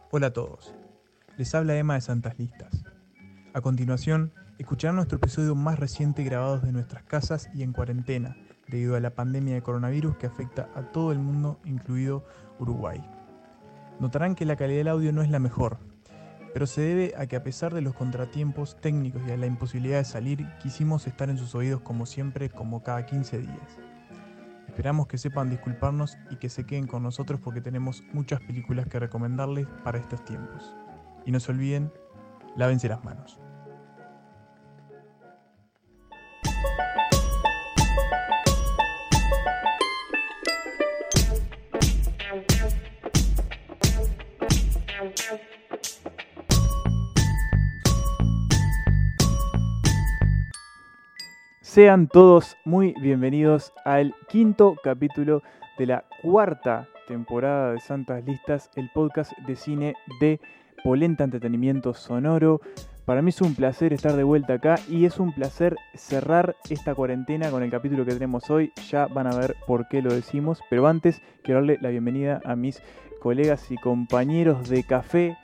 Hola a todos, les habla Emma de Santas Listas. A continuación, escucharán nuestro episodio más reciente grabado desde nuestras casas y en cuarentena, debido a la pandemia de coronavirus que afecta a todo el mundo, incluido Uruguay. Notarán que la calidad del audio no es la mejor, pero se debe a que a pesar de los contratiempos técnicos y a la imposibilidad de salir, quisimos estar en sus oídos como siempre, como cada 15 días. Esperamos que sepan disculparnos y que se queden con nosotros porque tenemos muchas películas que recomendarles para estos tiempos. Y no se olviden, lávense las manos. Sean todos muy bienvenidos al quinto capítulo de la cuarta temporada de Santas Listas, el podcast de cine de Polenta Entretenimiento Sonoro. Para mí es un placer estar de vuelta acá y es un placer cerrar esta cuarentena con el capítulo que tenemos hoy. Ya van a ver por qué lo decimos, pero antes quiero darle la bienvenida a mis colegas y compañeros de café,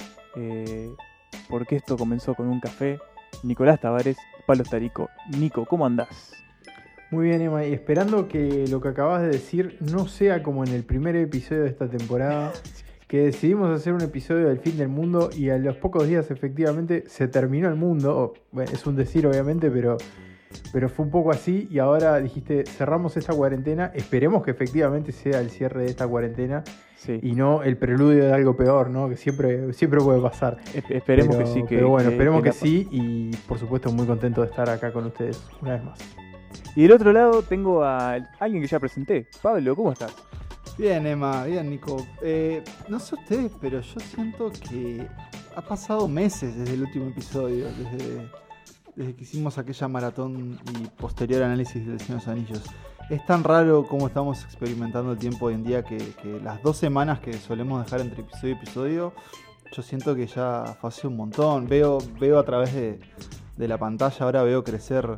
porque esto comenzó con un café. Nicolás Tavares, Pablo Starico. Nico, ¿cómo andás? Muy bien, Emma, y esperando que lo que acabas de decir no sea como en el primer episodio de esta temporada, que decidimos hacer un episodio del fin del mundo y a los pocos días efectivamente se terminó el mundo. Bueno, es un decir obviamente, pero fue un poco así y ahora dijiste cerramos esta cuarentena, esperemos que efectivamente sea el cierre de esta cuarentena. Sí. Y no el preludio de algo peor, ¿no? Que siempre puede pasar. Esperemos que sí. Pero bueno, esperemos que sí y por supuesto muy contento de estar acá con ustedes una vez más. Y del otro lado tengo a alguien que ya presenté. Pablo, ¿cómo estás? Bien, Emma, bien, Nico. No sé ustedes, pero yo siento que ha pasado meses desde el último episodio, desde que hicimos aquella maratón y posterior análisis del Señor de los Anillos. Es tan raro cómo estamos experimentando el tiempo hoy en día que las 2 semanas que solemos dejar entre episodio y episodio, yo siento que ya fue hace un montón. Veo a través de la pantalla, ahora veo crecer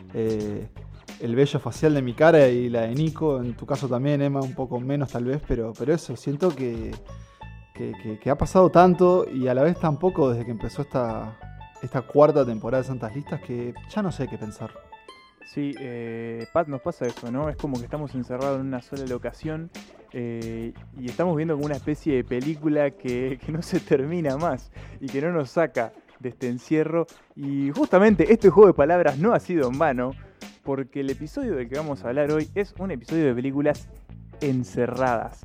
el vello facial de mi cara y la de Nico, en tu caso también, Emma, un poco menos tal vez, pero eso, siento que ha pasado tanto y a la vez tan poco desde que empezó esta cuarta temporada de Santas Listas que ya no sé qué pensar. Sí, Pat, nos pasa eso, ¿no? Es como que estamos encerrados en una sola locación y estamos viendo como una especie de película que no se termina más y que no nos saca de este encierro. Y justamente este juego de palabras no ha sido en vano, porque el episodio del que vamos a hablar hoy es un episodio de películas encerradas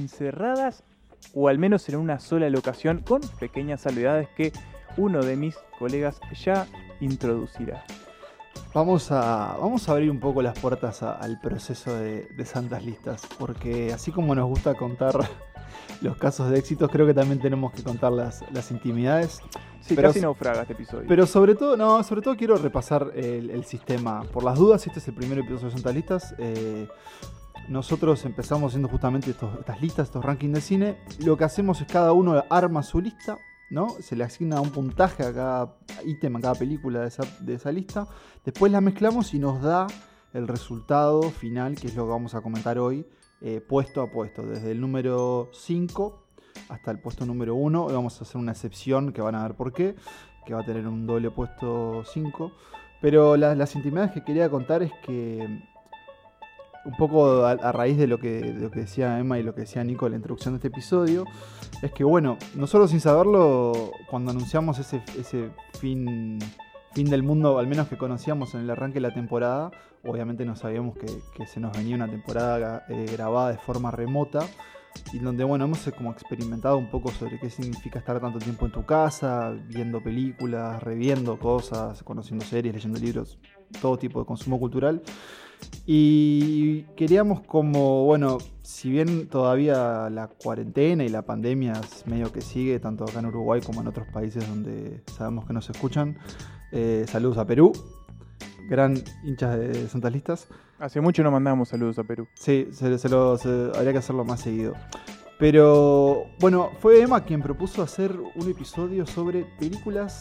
o al menos en una sola locación, con pequeñas salvedades que uno de mis colegas ya introducirá. Vamos a abrir un poco las puertas al proceso de Santas Listas, porque así como nos gusta contar los casos de éxitos, creo que también tenemos que contar las intimidades. Sí, pero casi naufraga este episodio. Pero sobre todo quiero repasar el sistema. Por las dudas, este es el primer episodio de Santas Listas. Nosotros empezamos haciendo justamente estas listas, estos rankings de cine. Lo que hacemos es cada uno arma su lista, ¿no? Se le asigna un puntaje a cada ítem, a cada película de esa lista. Después la mezclamos y nos da el resultado final, que es lo que vamos a comentar hoy, puesto a puesto, desde el número 5 hasta el puesto número 1. Hoy vamos a hacer una excepción, que van a ver por qué, que va a tener un doble puesto 5. Pero las intimidades que quería contar es que, un poco a raíz de lo que decía Emma y lo que decía Nico en la introducción de este episodio, es que bueno, nosotros sin saberlo, cuando anunciamos ese fin del mundo, al menos que conocíamos en el arranque de la temporada, obviamente no sabíamos que se nos venía una temporada grabada de forma remota, y donde bueno, hemos como experimentado un poco sobre qué significa estar tanto tiempo en tu casa, viendo películas, reviendo cosas, conociendo series, leyendo libros, todo tipo de consumo cultural. Y queríamos como, bueno, si bien todavía la cuarentena y la pandemia es medio que sigue, tanto acá en Uruguay como en otros países donde sabemos que nos escuchan, saludos a Perú, gran hinchas de Santas Listas. Hace mucho no mandamos saludos a Perú. Sí, habría que hacerlo más seguido. Pero bueno, fue Emma quien propuso hacer un episodio sobre películas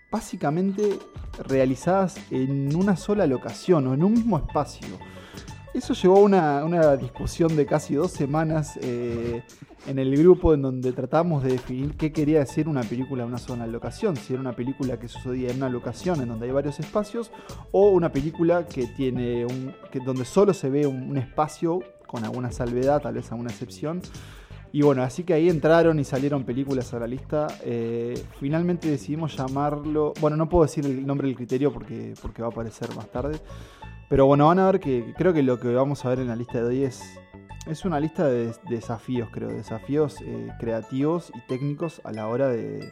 básicamente realizadas en una sola locación o en un mismo espacio. Eso llevó a una discusión de casi 2 semanas en el grupo, en donde tratamos de definir qué quería decir una película en una sola locación. Si era una película que sucedía en una locación en donde hay varios espacios, o una película que tiene donde solo se ve un espacio con alguna salvedad, tal vez alguna excepción. Y bueno, así que ahí entraron y salieron películas a la lista. Finalmente decidimos llamarlo... Bueno, no puedo decir el nombre del criterio porque va a aparecer más tarde. Pero bueno, van a ver que creo que lo que vamos a ver en la lista de hoy es una lista de desafíos, creo. Desafíos creativos y técnicos a la hora de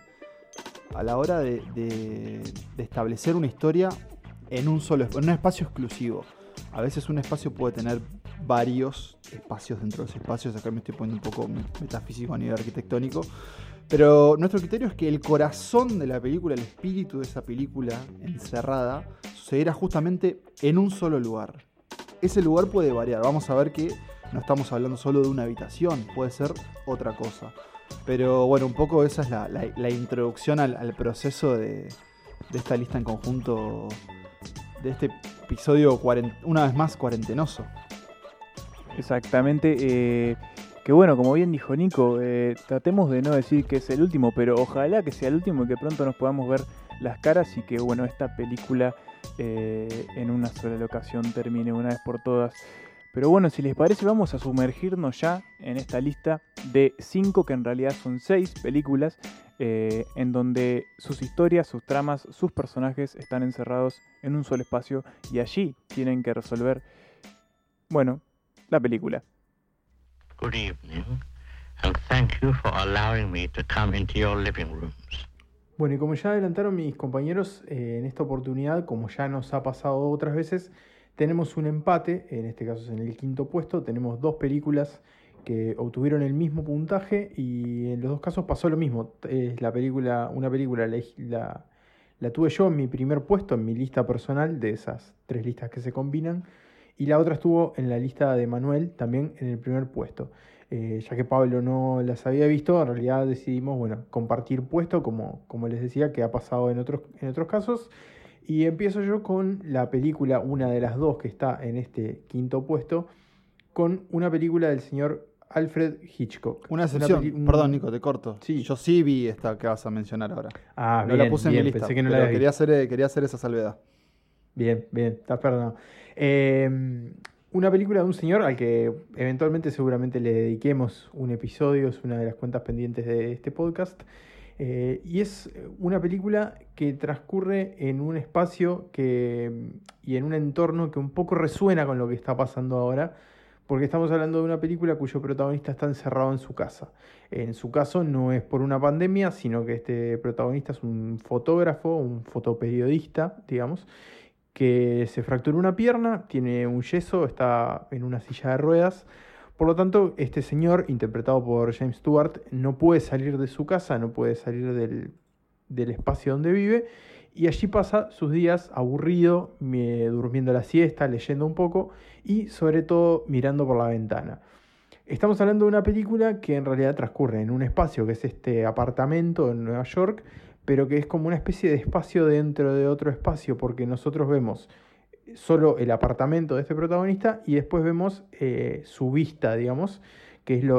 establecer una historia en un espacio exclusivo. A veces un espacio puede tener varios espacios dentro de los espacios. Acá me estoy poniendo un poco metafísico a nivel arquitectónico. Pero nuestro criterio es que el corazón de la película, el espíritu de esa película encerrada, sucederá justamente en un solo lugar. Ese lugar puede variar. Vamos a ver que no estamos hablando solo de una habitación, puede ser otra cosa. Pero bueno, un poco esa es la introducción al proceso de esta lista en conjunto, de este episodio una vez más cuarentenoso. Exactamente, que bueno, como bien dijo Nico, tratemos de no decir que es el último, pero ojalá que sea el último y que pronto nos podamos ver las caras y que bueno, esta película en una sola locación termine una vez por todas. Pero bueno, si les parece, vamos a sumergirnos ya en esta lista de 5, que en realidad son 6 películas, en donde sus historias, sus tramas, sus personajes están encerrados en un solo espacio y allí tienen que resolver, bueno, la película. Good evening, and thank you for allowing me to come into your living rooms. Bueno, y como ya adelantaron mis compañeros, en esta oportunidad, como ya nos ha pasado otras veces, tenemos un empate, en este caso es en el 5º puesto. Tenemos 2 películas que obtuvieron el mismo puntaje y en los 2 casos pasó lo mismo. Una película la tuve yo en mi primer puesto, en mi lista personal, de esas 3 listas que se combinan, y la otra estuvo en la lista de Manuel, también en el primer puesto. Ya que Pablo no las había visto, en realidad decidimos compartir puesto, como les decía, que ha pasado en otros casos. Y empiezo yo con la película, una de las 2 que está en este 5º puesto, con una película del señor Alfred Hitchcock. Una excepción, perdón Nico, te corto. Sí. Yo sí vi esta que vas a mencionar ahora. Ah, no bien, la puse en mi lista, pensé que no pero la había quería hacer esa salvedad. Bien, estás perdonado. Una película de un señor al que eventualmente seguramente le dediquemos un episodio, es una de las cuentas pendientes de este podcast. Y es una película que transcurre en un espacio y en un entorno que un poco resuena con lo que está pasando ahora, porque estamos hablando de una película cuyo protagonista está encerrado en su casa. En su caso no es por una pandemia, sino que este protagonista es un fotógrafo, un fotoperiodista, digamos, que se fracturó una pierna, tiene un yeso, está en una silla de ruedas. Por lo tanto, este señor, interpretado por James Stewart, no puede salir de su casa, no puede salir del espacio donde vive, y allí pasa sus días aburrido, durmiendo la siesta, leyendo un poco y sobre todo mirando por la ventana. Estamos hablando de una película que en realidad transcurre en un espacio que es este apartamento en Nueva York, pero que es como una especie de espacio dentro de otro espacio, porque nosotros vemos solo el apartamento de este protagonista y después vemos su vista, digamos, que es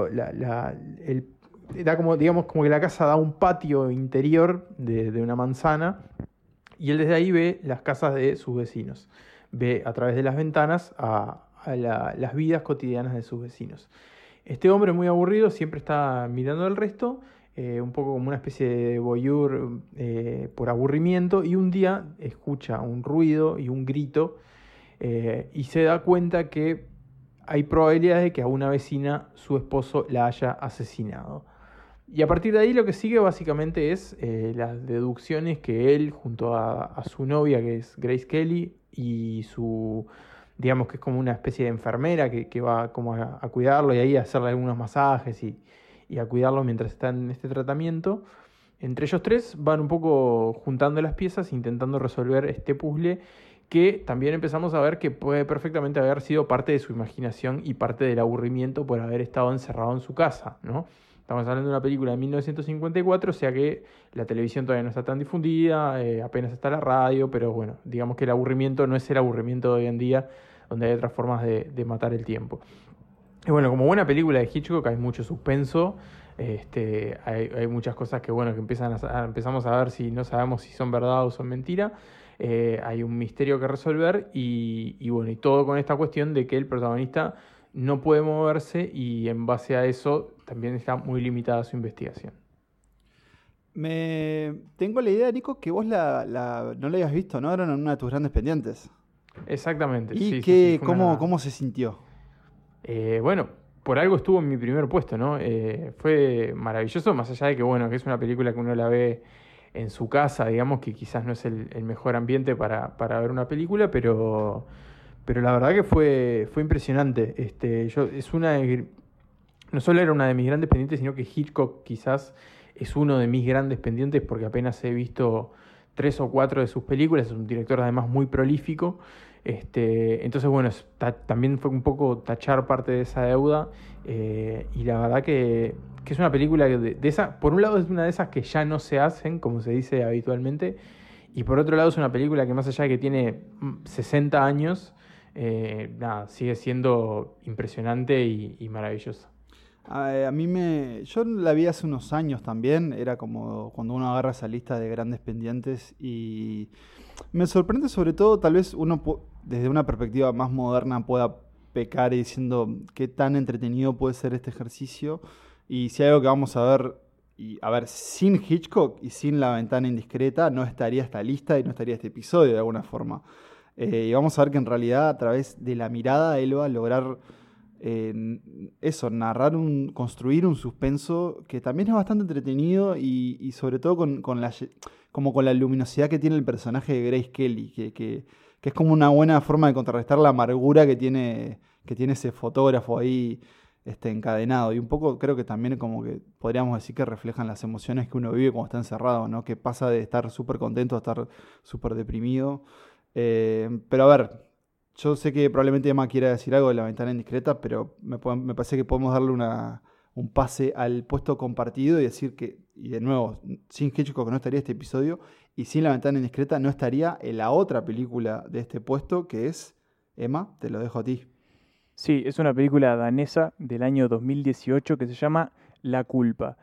da como, digamos, como que la casa da un patio interior de una manzana y él desde ahí ve las casas de sus vecinos, ve a través de las ventanas a las vidas cotidianas de sus vecinos. Este hombre muy aburrido siempre está mirando al resto, un poco como una especie de voyeur por aburrimiento, y un día escucha un ruido y un grito y se da cuenta que hay probabilidades de que a una vecina su esposo la haya asesinado. Y a partir de ahí lo que sigue básicamente es las deducciones que él, junto a su novia, que es Grace Kelly, y digamos que es como una especie de enfermera que va como a cuidarlo y ahí a hacerle algunos masajes y a cuidarlo mientras está en este tratamiento. Entre ellos 3 van un poco juntando las piezas, intentando resolver este puzzle que también empezamos a ver que puede perfectamente haber sido parte de su imaginación y parte del aburrimiento por haber estado encerrado en su casa, ¿no? Estamos hablando de una película de 1954, o sea que la televisión todavía no está tan difundida, apenas está la radio, pero bueno, digamos que el aburrimiento no es el aburrimiento de hoy en día, donde hay otras formas de matar el tiempo. Y bueno, como buena película de Hitchcock hay mucho suspenso, hay muchas cosas que bueno que empezamos a ver si no sabemos si son verdad o son mentira. Hay un misterio que resolver y bueno, y todo con esta cuestión de que el protagonista no puede moverse y en base a eso también está muy limitada su investigación. Tengo la idea, Nico, que vos no la habías visto, ¿no? Era una de tus grandes pendientes. Exactamente. ¿Y sí, cómo se sintió? Bueno, por algo estuvo en mi primer puesto, ¿no? Fue maravilloso, más allá de que, bueno, que es una película que uno la ve en su casa, digamos que quizás no es el mejor ambiente para ver una película, pero la verdad que fue impresionante. No solo era una de mis grandes pendientes, sino que Hitchcock quizás es uno de mis grandes pendientes porque apenas he visto 3 o 4 de sus películas. Es un director además muy prolífico. Entonces, bueno, también fue un poco tachar parte de esa deuda. Y la verdad que es una película de esa, por un lado es una de esas que ya no se hacen, como se dice habitualmente, y por otro lado es una película que más allá de que tiene 60 años, sigue siendo impresionante y maravillosa. Yo la vi hace unos años también, era como cuando uno agarra esa lista de grandes pendientes y me sorprende sobre todo, tal vez uno desde una perspectiva más moderna pueda pecar diciendo qué tan entretenido puede ser este ejercicio y si hay algo que vamos a ver, sin Hitchcock y sin La Ventana Indiscreta no estaría esta lista y no estaría este episodio de alguna forma. Y vamos a ver que en realidad a través de la mirada él va a lograr construir un suspenso que también es bastante entretenido y sobre todo con la luminosidad que tiene el personaje de Grace Kelly, que es como una buena forma de contrarrestar la amargura que tiene ese fotógrafo ahí encadenado. Y un poco creo que también como que podríamos decir que reflejan las emociones que uno vive cuando está encerrado, ¿no? Que pasa de estar súper contento a estar súper deprimido. Pero a ver, yo sé que probablemente Emma quiera decir algo de La Ventana Indiscreta, pero me parece que podemos darle un pase al puesto compartido y decir que, y de nuevo, sin Hitchcock no estaría este episodio y sin La Ventana Indiscreta no estaría en la otra película de este puesto que es, Emma, te lo dejo a ti. Sí, es una película danesa del año 2018 que se llama La Culpa.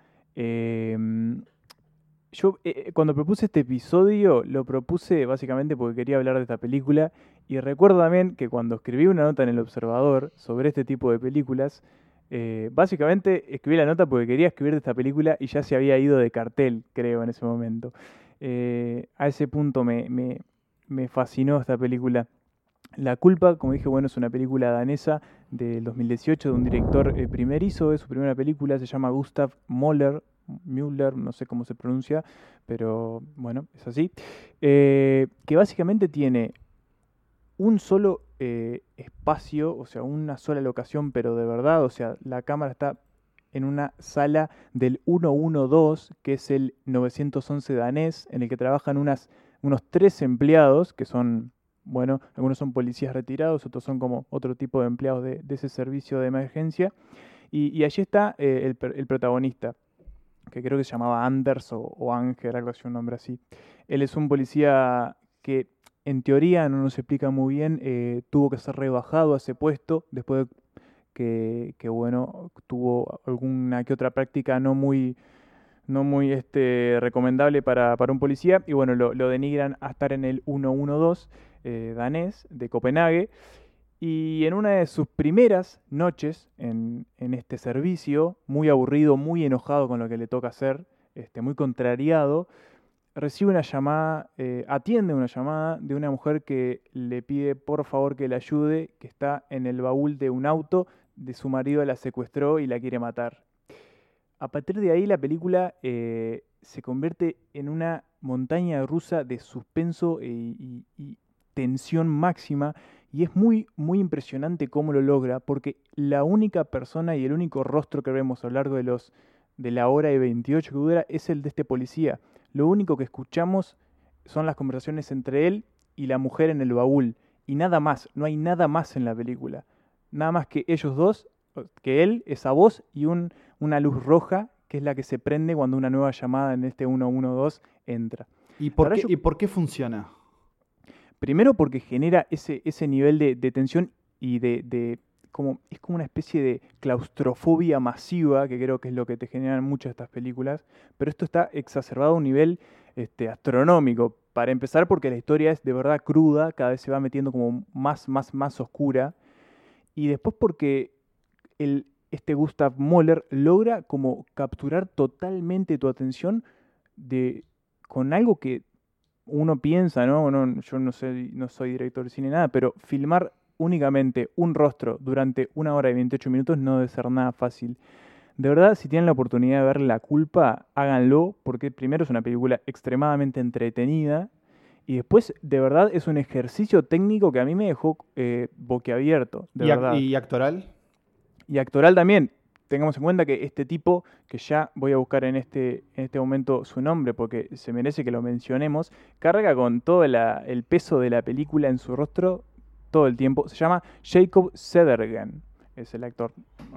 Yo cuando propuse este episodio lo propuse básicamente porque quería hablar de esta película y recuerdo también que cuando escribí una nota en El Observador sobre este tipo de películas, básicamente escribí la nota porque quería escribir de esta película y ya se había ido de cartel, creo, en ese momento. A ese punto me fascinó esta película. La Culpa, como dije, bueno, es una película danesa del 2018 de un director primerizo, es su primera película, se llama Gustav Müller, no sé cómo se pronuncia, pero bueno, es así, que básicamente tiene un solo espacio, o sea, una sola locación, pero de verdad, o sea, la cámara está en una sala del 112, que es el 911 danés, en el que trabajan unos 3 empleados, que son, bueno, algunos son policías retirados, otros son como otro tipo de empleados de ese servicio de emergencia, y allí está el protagonista, que creo que se llamaba Anders o Ángel, algo así, un nombre así. Él es un policía que en teoría no nos explica muy bien, tuvo que ser rebajado a ese puesto después de que bueno, tuvo alguna que otra práctica no muy recomendable para un policía y bueno, lo denigran a estar en el 112 danés de Copenhague. Y en una de sus primeras noches en este servicio, muy aburrido, muy enojado con lo que le toca hacer, muy contrariado, recibe una llamada, atiende una llamada de una mujer que le pide por favor que le ayude, que está en el baúl de un auto, de su marido la secuestró y la quiere matar. A partir de ahí la película se convierte en una montaña rusa de suspenso y tensión máxima. Y es muy, muy impresionante cómo lo logra, porque la única persona y el único rostro que vemos a lo largo de la hora y 28 que dura es el de este policía. Lo único que escuchamos son las conversaciones entre él y la mujer en el baúl. Y nada más, no hay nada más en la película. Nada más que ellos dos, que él, esa voz y una luz roja, que es la que se prende cuando una nueva llamada en este 112 entra. ¿Y por qué funciona? Primero porque genera ese nivel de tensión y es como una especie de claustrofobia masiva, que creo que es lo que te generan muchas de estas películas, pero esto está exacerbado a un nivel astronómico. Para empezar, porque la historia es de verdad cruda, cada vez se va metiendo como más oscura, y después porque Gustav Mahler logra como capturar totalmente tu atención con algo que uno piensa, ¿no? Yo no soy director de cine, nada, pero filmar únicamente un rostro durante 1 hora y 28 minutos no debe ser nada fácil. De verdad, si tienen la oportunidad de ver La Culpa, háganlo, porque primero es una película extremadamente entretenida, y después, de verdad, es un ejercicio técnico que a mí me dejó boquiabierto, de verdad. ¿Y actoral? Y actoral también. Tengamos en cuenta que este tipo, que ya voy a buscar en este momento su nombre porque se merece que lo mencionemos, carga con todo el peso de la película en su rostro todo el tiempo. Se llama Jacob Sedergren, es el actor.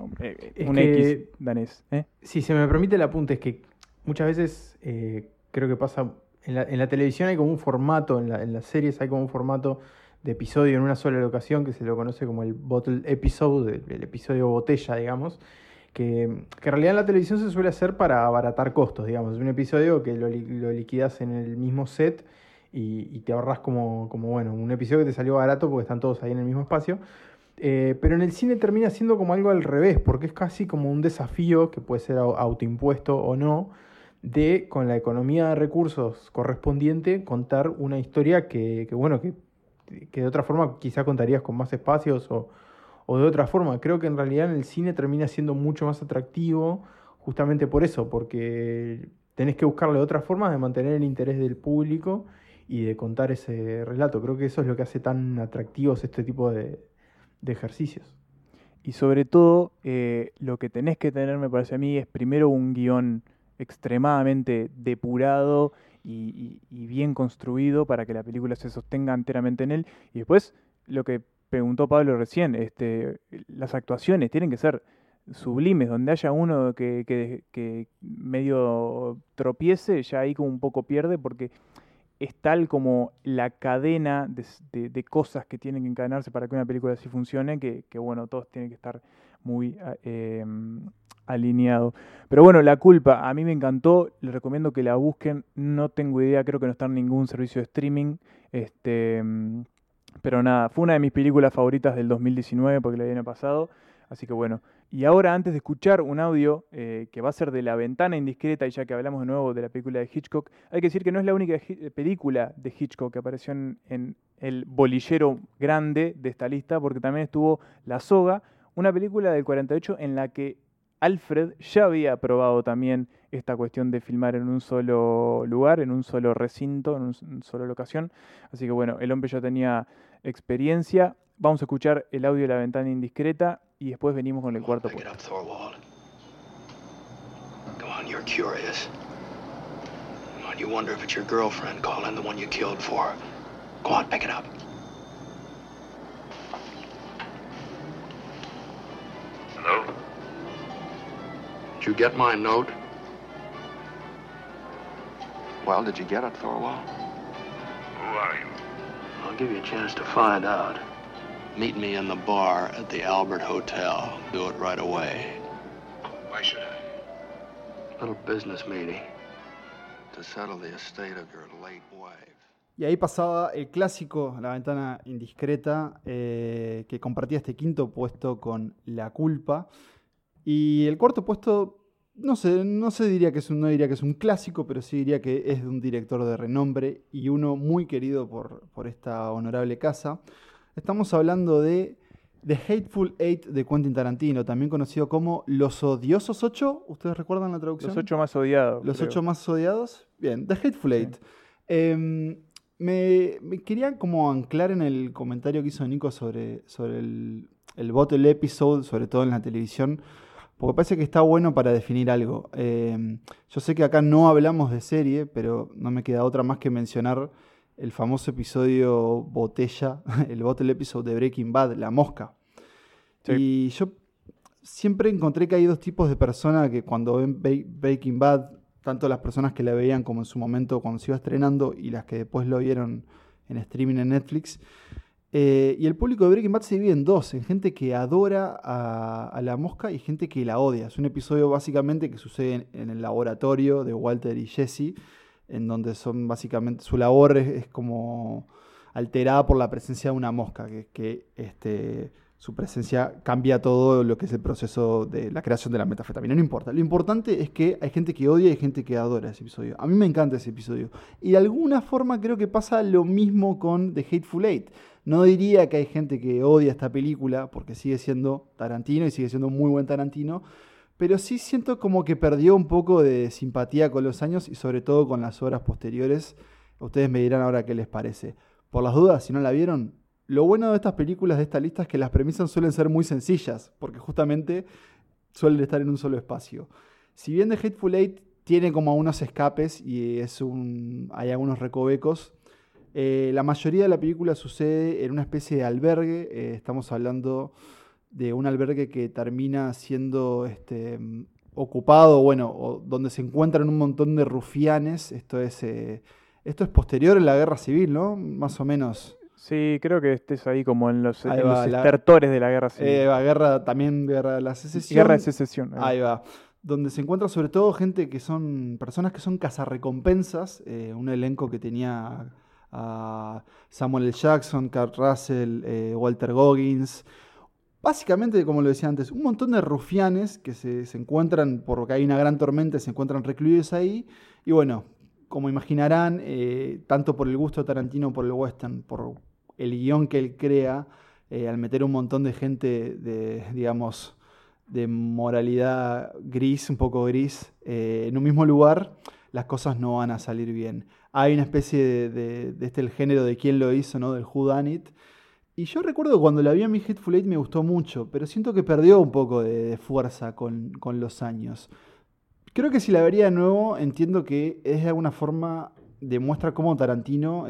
X danés. Si se me permite el apunte, es que muchas veces creo que pasa, en la televisión hay como un formato, en las series hay como un formato de episodio en una sola locación que se lo conoce como el bottle episode, el episodio botella, digamos. Que en realidad en la televisión se suele hacer para abaratar costos, digamos. Es un episodio que lo liquidas en el mismo set y te ahorras como bueno, un episodio que te salió barato porque están todos ahí en el mismo espacio. Pero en el cine termina siendo como algo al revés, porque es casi como un desafío, que puede ser autoimpuesto o no, de con la economía de recursos correspondiente contar una historia que de otra forma quizá contarías con más espacios o de otra forma. Creo que en realidad en el cine termina siendo mucho más atractivo justamente por eso, porque tenés que buscarle otras formas de mantener el interés del público y de contar ese relato. Creo que eso es lo que hace tan atractivos este tipo de ejercicios. Y sobre todo, lo que tenés que tener, me parece a mí, es primero un guión extremadamente depurado y bien construido para que la película se sostenga enteramente en él. Y después, lo que preguntó Pablo recién, las actuaciones tienen que ser sublimes, donde haya uno que medio tropiece, ya ahí como un poco pierde, porque es tal como la cadena de cosas que tienen que encadenarse para que una película así funcione, que bueno, todos tienen que estar muy alineados. Pero bueno, La Culpa, a mí me encantó, les recomiendo que la busquen, no tengo idea, creo que no está en ningún servicio de streaming, pero nada, fue una de mis películas favoritas del 2019 porque la viene pasado, así que bueno. Y ahora, antes de escuchar un audio que va a ser de La Ventana Indiscreta, y ya que hablamos de nuevo de la película de Hitchcock, hay que decir que no es la única película de Hitchcock que apareció en el bolillero grande de esta lista, porque también estuvo La Soga, una película del 48 en la que Alfred ya había probado también esta cuestión de filmar en un solo lugar, en un solo recinto, en una sola locación. Así que bueno, el hombre ya tenía experiencia. Vamos a escuchar el audio de La Ventana Indiscreta y después venimos con el cuarto puesto. Come on, you're curious. Come on, you wonder if it's your girlfriend calling, the one you killed for. Go on, pick it up. Hello? Did you get my note? Well, did you get it, Thorwald? Who are you? I'll give you a chance to find out. Meet me in the bar at the Albert Hotel. Do it right away. Why should I? Little business meeting to settle the estate of your late wife. Y ahí pasaba el clásico La Ventana Indiscreta, que compartía este quinto puesto con La Culpa. Y el cuarto puesto, no diría que es un clásico, pero sí diría que es de un director de renombre y uno muy querido por esta honorable casa. Estamos hablando de The Hateful Eight de Quentin Tarantino, también conocido como Los Odiosos 8. ¿Ustedes recuerdan la traducción? Los 8 más odiados. Los 8 más odiados. Bien, The Hateful Eight. Sí. Me quería como anclar en el comentario que hizo Nico sobre el bottle episode, sobre todo en la televisión, porque parece que está bueno para definir algo. Yo sé que acá no hablamos de serie, pero no me queda otra más que mencionar el famoso episodio Botella, el bottle episode de Breaking Bad, La Mosca. Sí. Y yo siempre encontré que hay dos tipos de personas que cuando ven Breaking Bad, tanto las personas que la veían como en su momento cuando se iba estrenando y las que después lo vieron en streaming en Netflix. Y el público de Breaking Bad se divide en dos, en gente que adora a la mosca y gente que la odia. Es un episodio básicamente que sucede en el laboratorio de Walter y Jesse, en donde son básicamente su labor es como alterada por la presencia de una mosca, que su presencia cambia todo lo que es el proceso de la creación de la metanfetamina. No importa. Lo importante es que hay gente que odia y hay gente que adora ese episodio. A mí me encanta ese episodio. Y de alguna forma creo que pasa lo mismo con The Hateful Eight. No diría que hay gente que odia esta película, porque sigue siendo Tarantino y sigue siendo muy buen Tarantino, pero sí siento como que perdió un poco de simpatía con los años y sobre todo con las obras posteriores. Ustedes me dirán ahora qué les parece. Por las dudas, si no la vieron, lo bueno de estas películas de esta lista es que las premisas suelen ser muy sencillas, porque justamente suelen estar en un solo espacio. Si bien The Hateful Eight tiene como unos escapes y hay algunos recovecos, la mayoría de la película sucede en una especie de albergue. Estamos hablando de un albergue que termina siendo ocupado, o donde se encuentran un montón de rufianes. Esto es posterior en la Guerra Civil, ¿no? Más o menos. Sí, creo que estés ahí como en los estertores de la Guerra Civil. Guerra de la Secesión. Guerra de Secesión. Ahí va. Donde se encuentra sobre todo gente que son personas que son cazarrecompensas. Un elenco que tenía a Samuel L. Jackson, Kurt Russell, Walter Goggins. Básicamente, como lo decía antes, un montón de rufianes que se encuentran, porque hay una gran tormenta, se encuentran recluidos ahí. Y bueno, como imaginarán, tanto por el gusto de Tarantino, por el western, por el guión que él crea, al meter un montón de gente de moralidad gris, un poco gris, en un mismo lugar, las cosas no van a salir bien. Hay una especie de el género de quién lo hizo, ¿no? Del whodunit. Y yo recuerdo cuando la vi a mi Hateful Eight me gustó mucho, pero siento que perdió un poco de fuerza con los años. Creo que si la vería de nuevo, entiendo que es de alguna forma, demuestra cómo Tarantino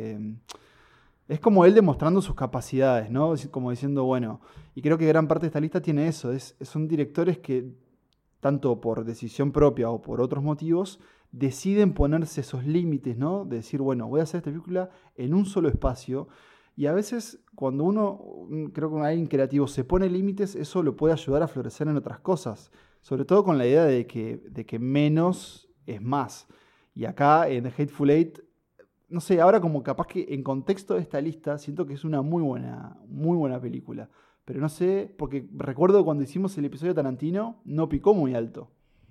es como él demostrando sus capacidades, ¿no? Como diciendo, bueno, y creo que gran parte de esta lista tiene eso, son directores que, tanto por decisión propia o por otros motivos, deciden ponerse esos límites, ¿no? De decir, bueno, voy a hacer esta película en un solo espacio. Y a veces cuando creo que alguien creativo se pone límites, eso lo puede ayudar a florecer en otras cosas. Sobre todo con la idea de que menos es más. Y acá en The Hateful Eight, no sé, ahora como capaz que en contexto de esta lista, siento que es una muy buena película. Pero no sé, porque recuerdo cuando hicimos el episodio de Tarantino, no picó muy alto.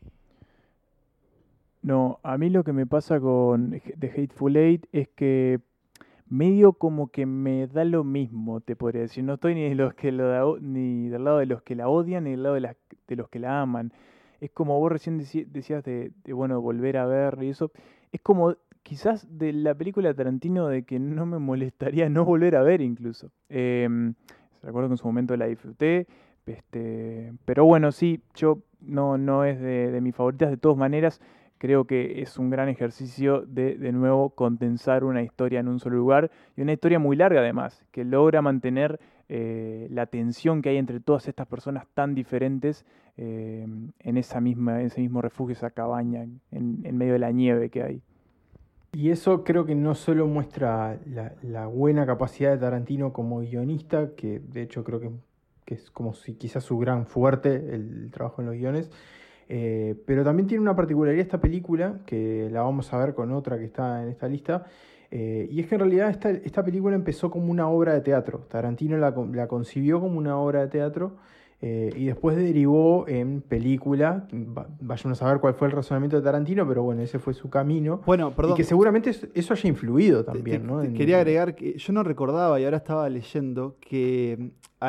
No, a mí lo que me pasa con The Hateful Eight es que medio como que me da lo mismo, te podría decir. No estoy ni ni del lado de los que la odian, ni del lado de los que la aman. Es como vos recién decías de volver a ver y eso. Es como quizás de la película de Tarantino de que no me molestaría no volver a ver incluso. Recuerdo que en su momento la disfruté. Pero bueno, sí, yo no es de mis favoritas de todas maneras. Creo que es un gran ejercicio de nuevo condensar una historia en un solo lugar y una historia muy larga además, que logra mantener la tensión que hay entre todas estas personas tan diferentes en ese mismo refugio, esa cabaña en medio de la nieve que hay. Y eso creo que no solo muestra la buena capacidad de Tarantino como guionista, que de hecho creo que es como si quizás su gran fuerte, el trabajo en los guiones, pero también tiene una particularidad esta película, que la vamos a ver con otra que está en esta lista, y es que en realidad esta película empezó como una obra de teatro. Tarantino la concibió como una obra de teatro, y después derivó en película. Vayan a saber cuál fue el razonamiento de Tarantino, pero bueno, ese fue su camino. Bueno, perdón. Y que seguramente eso haya influido también, ¿no? Quería agregar que yo no recordaba y ahora estaba leyendo que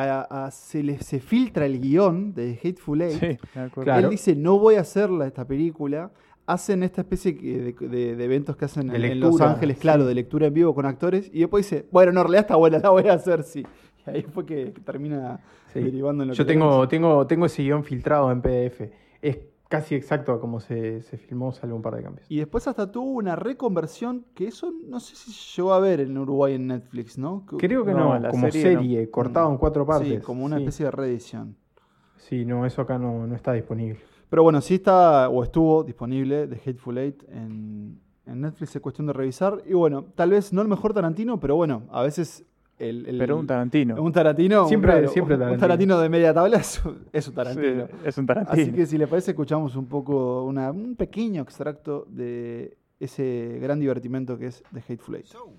se filtra el guión de Hateful Eight. Sí, me acuerdo. Claro. Él dice, no voy a hacerla esta película. Hacen esta especie de eventos que hacen en Los Ángeles, claro, sí, de lectura en vivo con actores. Y después dice, bueno, no, en realidad está buena, la voy a hacer, sí. Y ahí fue que termina derivando en lo Yo que tengo ese guión filtrado en PDF. Es casi exacto a como se filmó, salvo un par de cambios. Y después hasta tuvo una reconversión, que eso no sé si llegó a ver en Uruguay en Netflix, ¿no? Creo que No, no, la como serie serie, cortado en 4 partes. Sí, como una especie de reedición. Sí, no, eso acá no está disponible. Pero bueno, sí está o estuvo disponible The Hateful Eight en En Netflix es cuestión de revisar. Y bueno, tal vez no el mejor Tarantino, pero bueno, a veces Pero un Tarantino. Un Tarantino. Siempre Tarantino. Un Tarantino de media tabla es un Tarantino. Sí, es un Tarantino. Así que si les parece, escuchamos un poco, un pequeño extracto de ese gran divertimento que es The Hateful Eight. So,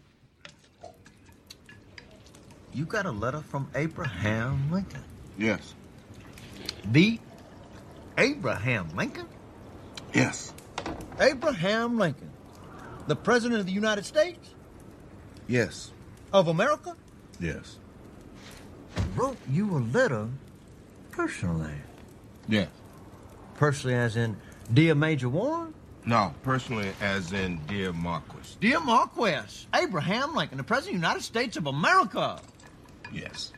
you got a letter from Abraham Lincoln? Yes. The Abraham Lincoln? Yes. Abraham Lincoln, the President of the United States? Yes. Of America? Yes. Wrote you a letter personally. Yes. Personally as in, dear Major Warren? No, personally, as in dear Marquis. Dear Marquess, Abraham Lincoln, the President of the United States of America. Yes.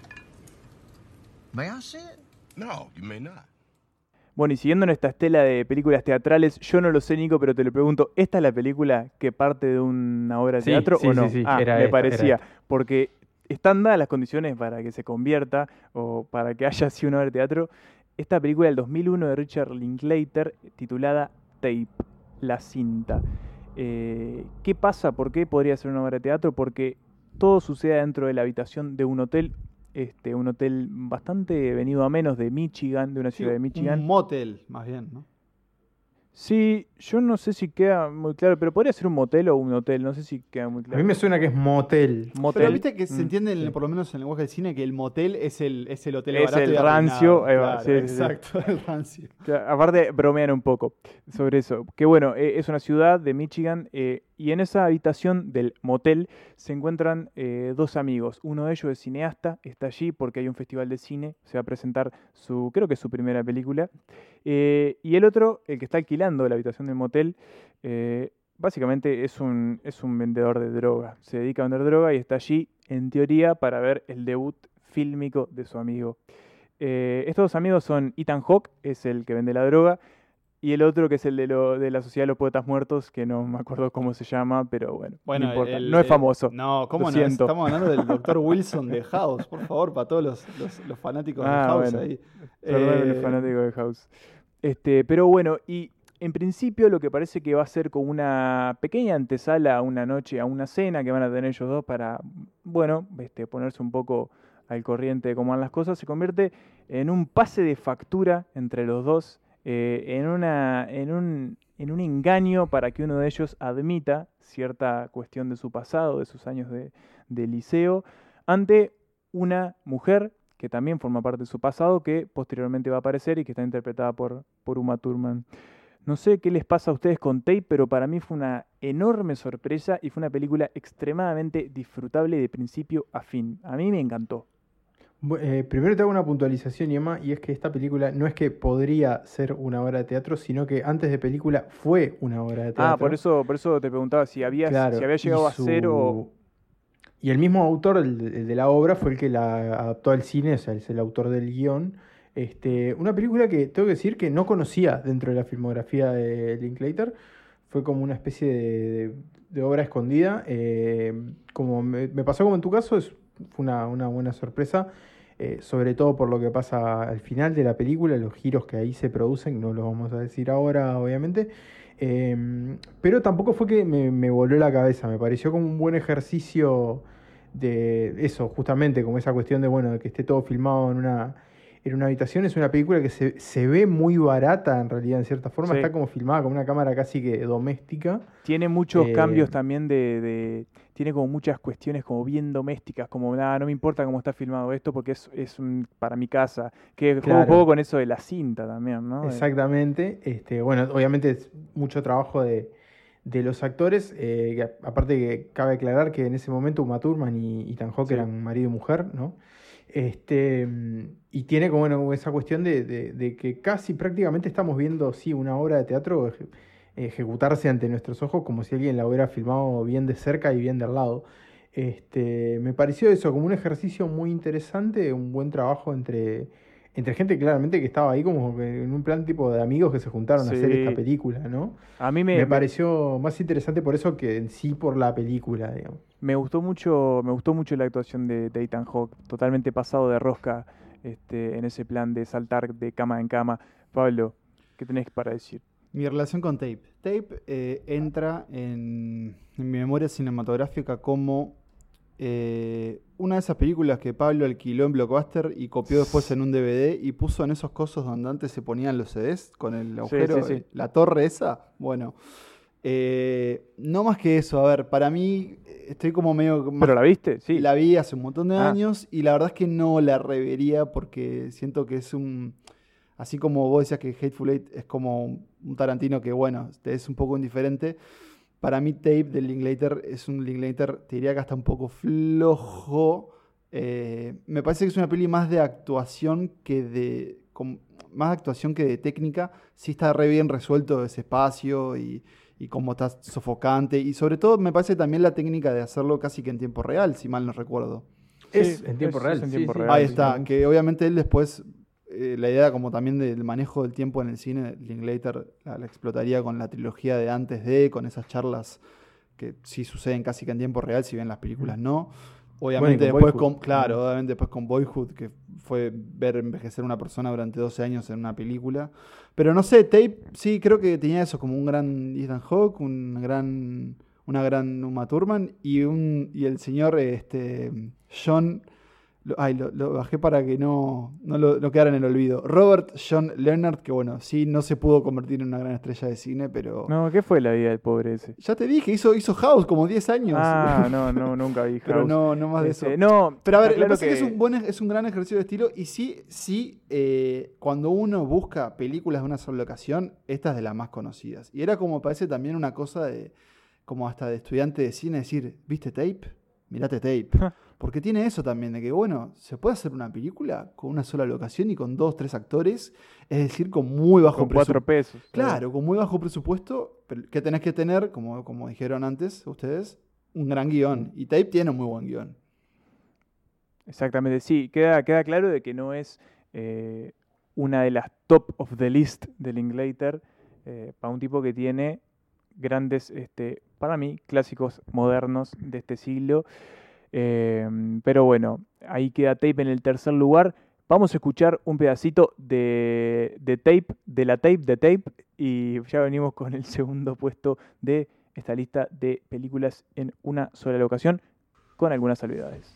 May I see it? No, you may not. Bueno, y siguiendo en esta estela de películas teatrales, yo no lo sé, Nico, pero te lo pregunto, ¿esta es la película que parte de una obra de Sí, teatro sí, o no? sí, sí, Me era esta, parecía, era esta. porque están dadas las condiciones para que se convierta o para que haya sido una obra de teatro. Esta película del 2001 de Richard Linklater, titulada Tape, la cinta. ¿Qué pasa? ¿Por qué podría ser una obra de teatro? Porque todo sucede dentro de la habitación de un hotel. Un hotel bastante venido a menos de Michigan, de una ciudad de Michigan. Un motel, más bien, ¿no? Sí, yo no sé si queda muy claro, pero podría ser un motel o un hotel, no sé si queda muy A claro. mí me suena que es motel. Motel. Pero viste que se entiende, sí. por lo menos en el lenguaje del cine, que el motel es el hotel Es barato el y rancio, arruinado. ahí va, Claro, sí, sí, sí. exacto, el rancio. Aparte, bromean un poco sobre eso. Que bueno, es una ciudad de Michigan y en esa habitación del motel se encuentran dos amigos. Uno de ellos es cineasta, está allí porque hay un festival de cine, se va a presentar creo que su primera película. Y el otro, el que está alquilando la habitación del motel, básicamente es un vendedor de droga. Se dedica a vender droga y está allí, en teoría, para ver el debut fílmico de su amigo. Estos dos amigos son Ethan Hawke, es el que vende la droga, y el otro que es el de la Sociedad de los Poetas Muertos, que no me acuerdo cómo se llama, pero bueno, no importa. No es famoso. No, ¿cómo Lo no? siento. Estamos hablando del Dr. Wilson de House, por favor, para todos los fanáticos de House bueno. ahí. Perdón, el fanático de House. Pero bueno, y en principio lo que parece que va a ser como una pequeña antesala a una noche, a una cena que van a tener ellos dos para, bueno, ponerse un poco al corriente de cómo van las cosas, se convierte en un pase de factura entre los dos, en un engaño para que uno de ellos admita cierta cuestión de su pasado, de sus años de liceo, ante una mujer que también forma parte de su pasado, que posteriormente va a aparecer y que está interpretada por Uma Thurman. No sé qué les pasa a ustedes con Tape, pero para mí fue una enorme sorpresa y fue una película extremadamente disfrutable de principio a fin. A mí me encantó. Primero te hago una puntualización, Emma, y es que esta película no es que podría ser una obra de teatro, sino que antes de película fue una obra de teatro. Por eso te preguntaba si había llegado a ser o... Y el mismo autor, el de la obra, fue el que la adaptó al cine, o sea, es el autor del guión. Una película que tengo que decir que no conocía dentro de la filmografía de Linklater. Fue como una especie de obra escondida. Como me pasó como en tu caso, fue una buena sorpresa. Sobre todo por lo que pasa al final de la película, los giros que ahí se producen, no los vamos a decir ahora, obviamente. Pero tampoco fue que me voló la cabeza, me pareció como un buen ejercicio de eso, justamente, como esa cuestión de que esté todo filmado en una habitación. Es una película que se ve muy barata en realidad, en cierta forma, Sí. está como filmada con una cámara casi que doméstica. Tiene muchos cambios también tiene como muchas cuestiones como bien domésticas, como no me importa cómo está filmado esto porque es para mi casa, que juega Claro. un poco con eso de la cinta también, ¿no? Exactamente. Obviamente es mucho trabajo de los actores, que aparte que cabe aclarar que en ese momento Uma Thurman y Ethan Hawke Sí. eran marido y mujer, ¿no? Y tiene como esa cuestión de que casi prácticamente estamos viendo, sí, una obra de teatro ejecutarse ante nuestros ojos como si alguien la hubiera filmado bien de cerca y bien de al lado. Me pareció eso como un ejercicio muy interesante, un buen trabajo entre gente claramente que estaba ahí como que en un plan tipo de amigos que se juntaron a hacer Sí. esta película, ¿no? A mí Me pareció más interesante por eso que en sí por la película, digamos. me gustó mucho la actuación de Ethan Hawke, totalmente pasado de rosca en ese plan de saltar de cama en cama. Pablo, ¿qué tenés para decir? Mi relación con Tape. Tape entra en mi memoria cinematográfica como una de esas películas que Pablo alquiló en Blockbuster y copió después en un DVD y puso en esos cosos donde antes se ponían los CDs con el agujero, sí. la torre esa. Bueno, no más que eso. A ver, para mí estoy como medio... ¿Pero la viste? Sí. La vi hace un montón de años y la verdad es que no la revería porque siento que es un... Así como vos decías que Hateful Eight es como un Tarantino que, bueno, es un poco indiferente. Para mí Tape del Linklater es un Linklater, te diría que hasta un poco flojo. Me parece que es una peli más de actuación que de... más de actuación que de técnica. Sí está re bien resuelto ese espacio y cómo está sofocante. Y sobre todo me parece también la técnica de hacerlo casi que en tiempo real, si mal no recuerdo. Es en tiempo real. en tiempo Sí. real. Ahí está, que obviamente él después... la idea como también del manejo del tiempo en el cine, Linklater la explotaría con la trilogía de antes de, con esas charlas que sí suceden casi que en tiempo real, si bien las películas no. Obviamente Bueno, después Boyhood. obviamente después con Boyhood, que fue ver envejecer a una persona durante 12 años en una película. Pero no sé, Tape sí creo que tenía eso, como un gran Ethan Hawke, una gran Uma Thurman y el señor John... Lo bajé para que no quedara en el olvido. Robert John Leonard, que bueno, sí no se pudo convertir en una gran estrella de cine, pero... No, ¿qué fue la vida del pobre ese? Ya te dije, hizo House como 10 años. Ah, no, nunca vi House. Pero no más de eso. No, Pero a ver, está lo que claro pasa es que es un gran ejercicio de estilo y sí, cuando uno busca películas de una sola locación, esta es de las más conocidas. Y era como parece también una cosa de, como hasta de estudiante de cine, decir, ¿viste Tape? Mirate Tape. Porque tiene eso también, de que bueno, se puede hacer una película con una sola locación y con 2, 3 actores, es decir, con muy bajo con 4 pesos. Claro, con muy bajo presupuesto, pero que tenés que tener, como dijeron antes ustedes, un gran guión. Y Tape tiene un muy buen guión. Exactamente, sí. Queda claro de que no es una de las top of the list del Linklater para un tipo que tiene grandes, para mí, clásicos modernos de este siglo. Pero bueno, ahí queda Tape en el tercer lugar. Vamos a escuchar un pedacito de Tape, de la Tape de Tape, y ya venimos con el segundo puesto de esta lista de películas en una sola locación, con algunas salvedades.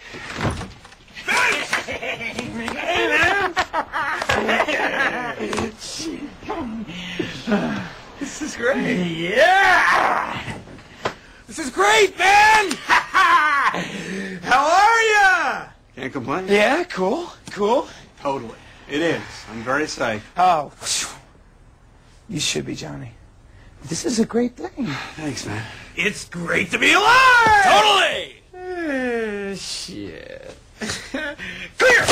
This is great. Yeah! This is great, man! How are ya? Can't complain. Yeah, cool. Totally. It is. I'm very safe. Oh, you should be, Johnny. This is a great thing. Thanks, man. It's great to be alive! Totally! Shit. Clear!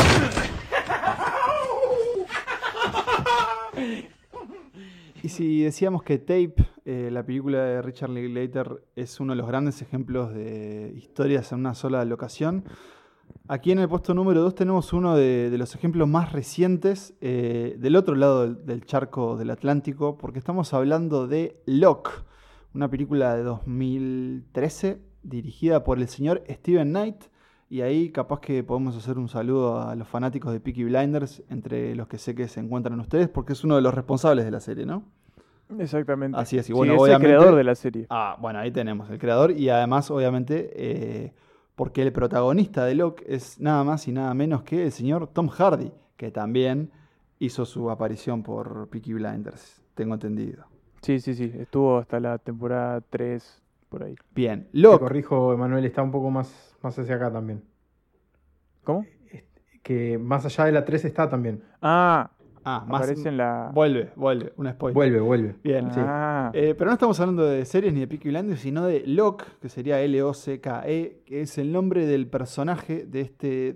Y si decíamos que Tape, la película de Richard Linklater, es uno de los grandes ejemplos de historias en una sola locación, aquí en el puesto número 2 tenemos uno de los ejemplos más recientes del otro lado del charco del Atlántico, porque estamos hablando de Locke, una película de 2013 dirigida por el señor Steven Knight. Y ahí capaz que podemos hacer un saludo a los fanáticos de Peaky Blinders, entre los que sé que se encuentran ustedes, porque es uno de los responsables de la serie, ¿no? Exactamente. Así es, y Sí, bueno, es obviamente, el creador de la serie. Ah, bueno, ahí tenemos el creador y además, obviamente, porque el protagonista de Locke es nada más y nada menos que el señor Tom Hardy, que también hizo su aparición por Peaky Blinders, tengo entendido. Sí, estuvo hasta la temporada 3, por ahí. Bien, Te Locke. corrijo, Emanuel, está un poco más hacia acá también. ¿Cómo? Que más allá de la 3 está también. Más aparece en la... Vuelve, un spoiler. Vuelve. Bien, Ah. pero no estamos hablando de series ni de Peaky Blinders, sino de Locke, que sería Locke, que es el nombre del personaje de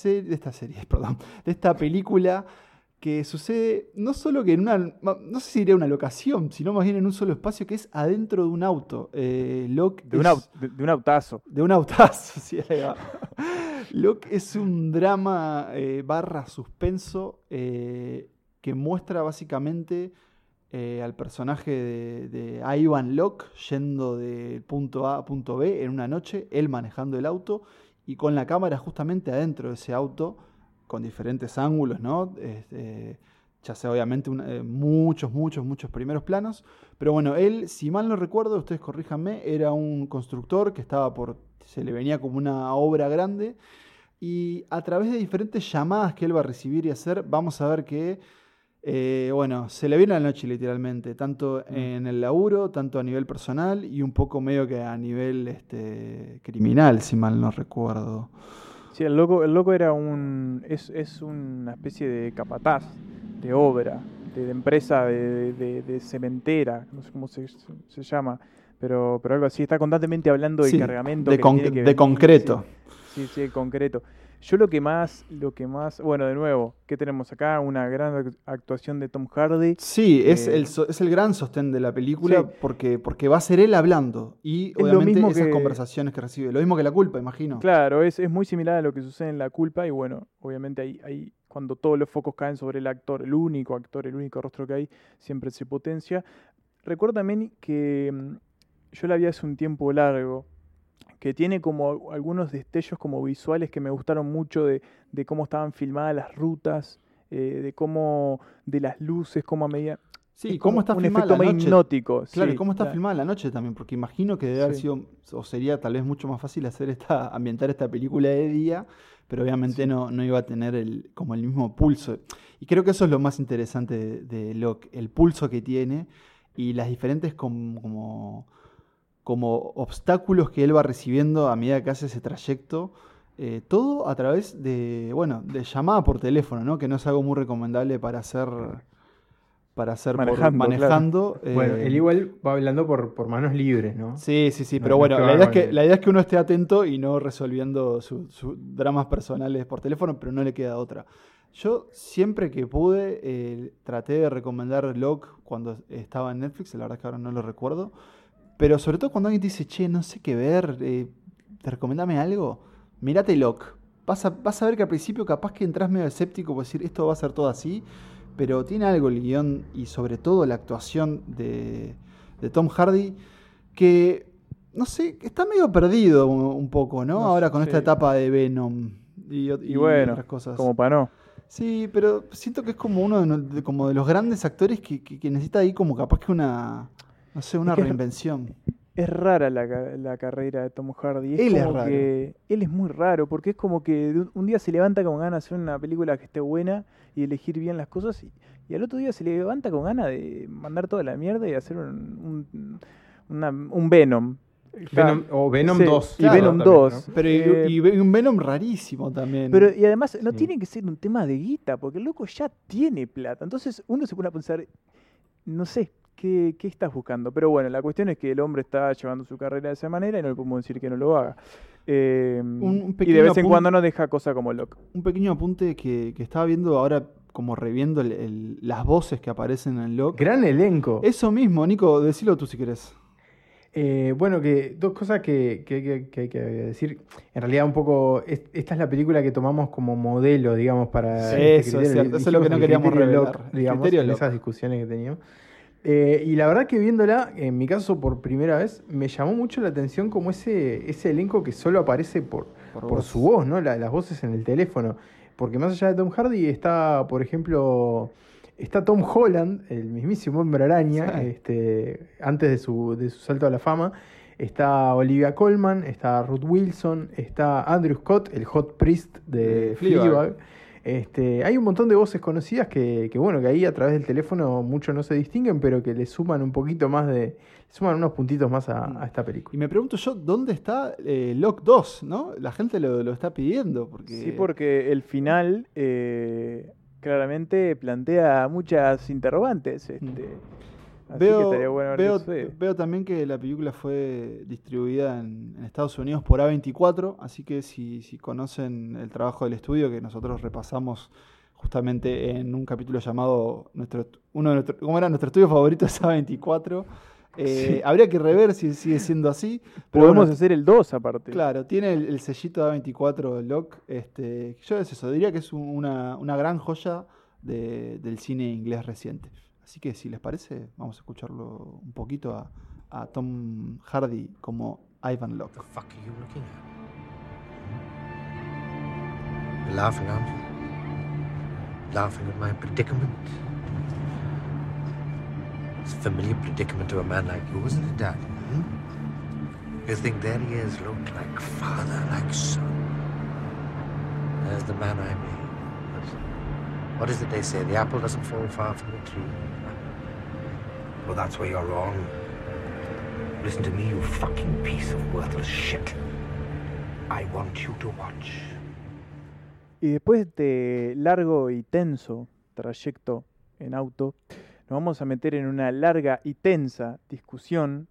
esta película que sucede no solo que no sé si diría una locación, sino más bien en un solo espacio que es adentro de un auto. Locke de un autazo. De un autazo, sí, ahí va. Locke es un drama / suspenso que muestra básicamente al personaje de Ivan Locke yendo del punto A a punto B en una noche, él manejando el auto y con la cámara justamente adentro de ese auto, con diferentes ángulos, ¿no? ya sea obviamente muchos primeros planos. Pero bueno, él, si mal no recuerdo, ustedes corríjanme, era un constructor que se le venía como una obra grande. Y a través de diferentes llamadas que él va a recibir y hacer, vamos a ver que, se le viene la noche literalmente, tanto en el laburo, tanto a nivel personal y un poco medio que a nivel criminal, si mal no recuerdo. Sí, el loco era es una especie de capataz de obra, de empresa de cementera, no sé cómo se llama, pero algo así, está constantemente hablando de cargamento. De concreto. Sí, de concreto. Yo lo que más, bueno, de nuevo, ¿qué tenemos acá? Una gran actuación de Tom Hardy. Sí, es el gran sostén de la película, sí, porque va a ser él hablando y es obviamente esas conversaciones que recibe. Lo mismo que La Culpa, imagino. Claro, es muy similar a lo que sucede en La Culpa y bueno, obviamente ahí cuando todos los focos caen sobre el actor, el único rostro que hay, siempre se potencia. Recuerdo también que yo la vi hace un tiempo largo, que tiene como algunos destellos como visuales que me gustaron mucho de cómo estaban filmadas las rutas, de las luces, cómo a medida... Sí, cómo está filmada la noche. Hipnótico. Claro, sí, y cómo está filmada la noche también, porque imagino que debe haber sido, o sería tal vez mucho más fácil ambientar esta película de día, pero obviamente no iba a tener como el mismo pulso. Y creo que eso es lo más interesante de Locke, el pulso que tiene y las diferentes como obstáculos que él va recibiendo a medida que hace ese trayecto, todo a través de llamada por teléfono, ¿no? Que no es algo muy recomendable para hacer manejando. Claro. Bueno, él igual va hablando por manos libres, ¿no? Sí, pero bueno, la idea es que uno esté atento y no resolviendo sus dramas personales por teléfono, pero no le queda otra. Yo siempre que pude traté de recomendar Locke cuando estaba en Netflix, la verdad es que ahora no lo recuerdo. Pero sobre todo cuando alguien te dice, che, no sé qué ver, ¿te recomendame algo? Mirate Locke. Vas a ver que al principio capaz que entras medio escéptico por decir, esto va a ser todo así, pero tiene algo el guión y sobre todo la actuación de Tom Hardy que, no sé, está medio perdido un poco, ¿no? Ahora con esta etapa de Venom y bueno, otras cosas. Como para no. Sí, pero siento que es como uno de los grandes actores que necesita ahí como capaz que una reinvención. Es rara la carrera de Tom Hardy. Él es raro. Él es muy raro, porque es como que un día se levanta con ganas de hacer una película que esté buena y elegir bien las cosas, y al otro día se levanta con ganas de mandar toda la mierda y hacer un Venom. Venom 2. Y claro, Venom 2. También, ¿no? Pero y un Venom rarísimo también. Pero y además no tiene que ser un tema de guita, porque el loco ya tiene plata. Entonces uno se pone a pensar, no sé, ¿qué estás buscando? Pero bueno, la cuestión es que el hombre está llevando su carrera de esa manera y no le podemos decir que no lo haga. Y de vez en cuando no deja cosas como Locke. Un pequeño apunte que estaba viendo ahora, como reviendo las voces que aparecen en Locke. Gran elenco. Eso mismo, Nico, decilo tú si querés. Bueno, que dos cosas que hay que decir. En realidad un poco, esta es la película que tomamos como modelo, digamos, para... Sí, eso es cierto, eso es lo que no queríamos revelar. Digamos, en esas discusiones que teníamos. Y la verdad que viéndola, en mi caso por primera vez, me llamó mucho la atención como ese elenco que solo aparece por su voz, ¿no? Las voces en el teléfono. Porque más allá de Tom Hardy está, por ejemplo, está Tom Holland, el mismísimo Hombre Araña, sí. Antes de su salto a la fama. Está Olivia Colman, está Ruth Wilson, está Andrew Scott, el Hot Priest de Fleabag. Hay un montón de voces conocidas que ahí a través del teléfono muchos no se distinguen, pero que le suman un poquito más suman unos puntitos más a esta película. Y me pregunto yo, ¿dónde está Locke 2? ¿No? La gente lo está pidiendo. Sí, porque el final claramente plantea muchas interrogantes. Así que estaría bueno veo también que la película fue distribuida en Estados Unidos por A24, así que si conocen el trabajo del estudio que nosotros repasamos justamente en un capítulo llamado ¿cómo era? Nuestro estudio favorito es A24. Sí. Habría que rever si sigue siendo así. Pero podemos hacer el 2 aparte. Claro, tiene el sellito de A24 Locke. Yo es eso, diría que es una gran joya del cine inglés reciente. Así que si les parece, vamos a escucharlo un poquito a Tom Hardy como Ivan Locke. What the fuck are you looking at? You're laughing, aren't you? Laughing at my predicament? It's a familiar predicament to a man like you, isn't it, Dad? You think there he is, look, like father, like son. There's the man I made. What is it they say? The apple doesn't fall far from the tree. Well, that's where you're wrong. Listen to me, you fucking piece of worthless shit. I want you to watch. Y después de este largo y tenso trayecto en auto, nos vamos a meter en una larga y tensa discusión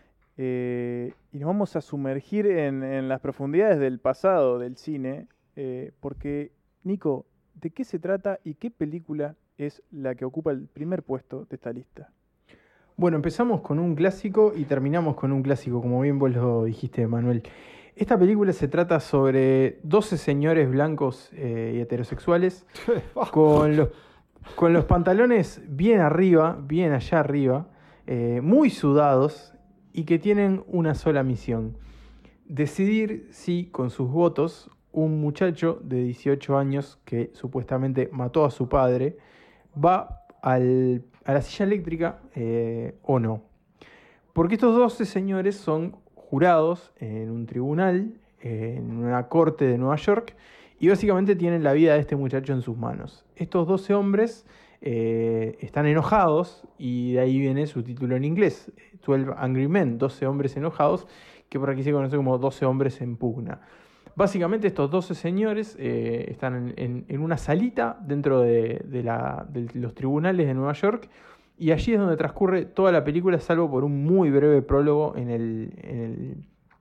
y nos vamos a sumergir en las profundidades del pasado del cine, porque, Nico, ¿de qué se trata y qué película es la que ocupa el primer puesto de esta lista? Bueno, empezamos con un clásico y terminamos con un clásico, como bien vos lo dijiste, Manuel. Esta película se trata sobre 12 señores blancos y heterosexuales con los pantalones bien arriba, bien allá arriba, muy sudados y que tienen una sola misión: decidir si con sus votos un muchacho de 18 años que supuestamente mató a su padre va a la silla eléctrica o no. Porque estos 12 señores son jurados en un tribunal, en una corte de Nueva York, y básicamente tienen la vida de este muchacho en sus manos. Estos 12 hombres están enojados, y de ahí viene su título en inglés, 12 Angry Men, 12 hombres enojados, que por aquí se conoce como 12 hombres en pugna. Básicamente estos 12 señores están en una salita dentro de los tribunales de Nueva York, y allí es donde transcurre toda la película, salvo por un muy breve prólogo en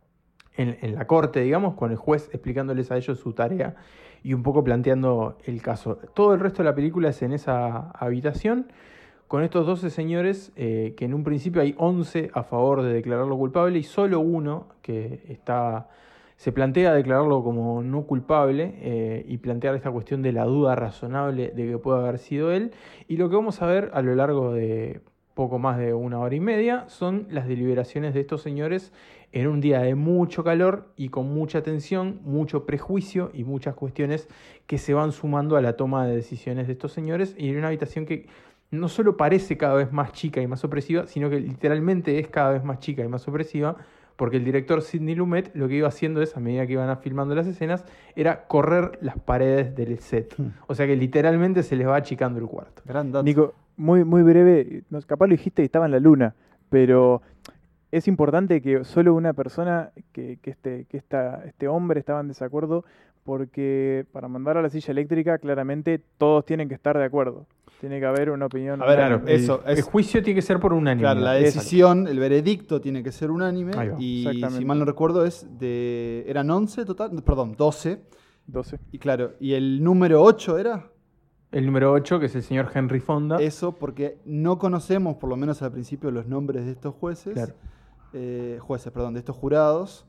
la corte, digamos, con el juez explicándoles a ellos su tarea y un poco planteando el caso. Todo el resto de la película es en esa habitación con estos 12 señores, que en un principio hay 11 a favor de declararlo culpable y solo uno que se plantea declararlo como no culpable y plantear esta cuestión de la duda razonable de que puede haber sido él. Y lo que vamos a ver a lo largo de poco más de 1 hora y media son las deliberaciones de estos señores en un día de mucho calor y con mucha tensión, mucho prejuicio y muchas cuestiones que se van sumando a la toma de decisiones de estos señores, y en una habitación que no solo parece cada vez más chica y más opresiva, sino que literalmente es cada vez más chica y más opresiva, porque el director Sidney Lumet lo que iba haciendo es, a medida que iban filmando las escenas, era correr las paredes del set. O sea que literalmente se les va achicando el cuarto. Gran dato. Nico, muy breve, capaz lo dijiste que estaba en la luna, pero es importante que solo una persona, que este hombre estaba en desacuerdo, porque para mandar a la silla eléctrica claramente todos tienen que estar de acuerdo. Tiene que haber una opinión. A ver, Claro, eso el juicio tiene que ser por unánime. Claro, la decisión, el veredicto tiene que ser unánime. Y si mal no recuerdo eran 11 total, perdón, 12. 12. Y claro, ¿y el número 8 era? El número 8, que es el señor Henry Fonda. Eso porque no conocemos, por lo menos al principio, los nombres de estos jueces. Claro. De estos jurados.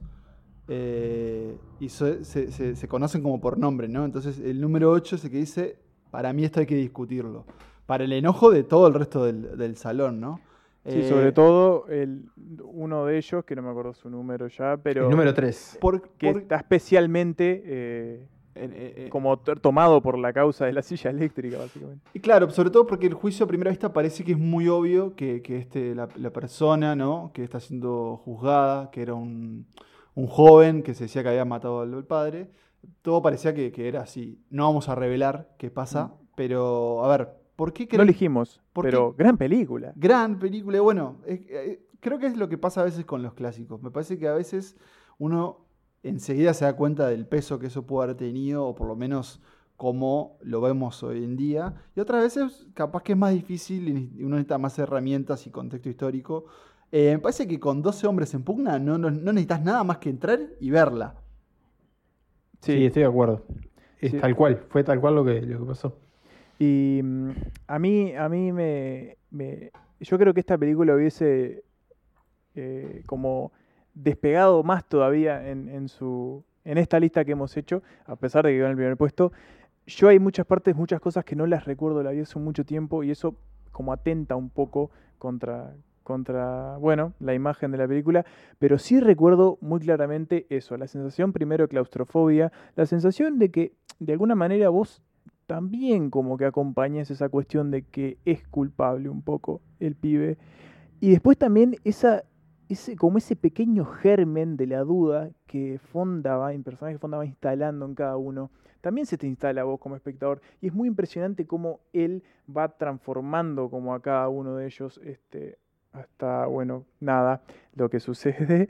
Y se conocen como por nombre, ¿no? Entonces el número 8 es el que dice: para mí esto hay que discutirlo. Para el enojo de todo el resto del salón, ¿no? Sí, sobre todo uno de ellos, que no me acuerdo su número ya, pero... El número 3. Que está especialmente como tomado por la causa de la silla eléctrica, básicamente. Y claro, sobre todo porque el juicio a primera vista parece que es muy obvio que la persona, ¿no?, que está siendo juzgada, que era un joven que se decía que había matado al padre, todo parecía que era así. No vamos a revelar qué pasa, pero a ver, ¿por qué no elegimos? Pero gran película. Gran película. Bueno, creo que es lo que pasa a veces con los clásicos. Me parece que a veces uno enseguida se da cuenta del peso que eso puede haber tenido, o por lo menos como lo vemos hoy en día. Y otras veces capaz que es más difícil y uno necesita más herramientas y contexto histórico. Me parece que con 12 hombres en pugna no necesitas nada más que entrar y verla. Sí, estoy de acuerdo. Es Sí. tal cual, fue tal cual lo que pasó. Y a mí yo creo que esta película hubiese como despegado más todavía en esta lista que hemos hecho, a pesar de que quedó en el primer puesto. Yo hay muchas cosas que no las recuerdo, la vi hace mucho tiempo, y eso como atenta un poco contra la imagen de la película, pero sí recuerdo muy claramente eso, la sensación primero de claustrofobia, la sensación de que de alguna manera vos también como que acompañas esa cuestión de que es culpable un poco el pibe. Y después también como ese pequeño germen de la duda que el personaje Fonda va instalando en cada uno, también se te instala a vos como espectador. Y es muy impresionante cómo él va transformando como a cada uno de ellos, hasta, bueno, nada, lo que sucede.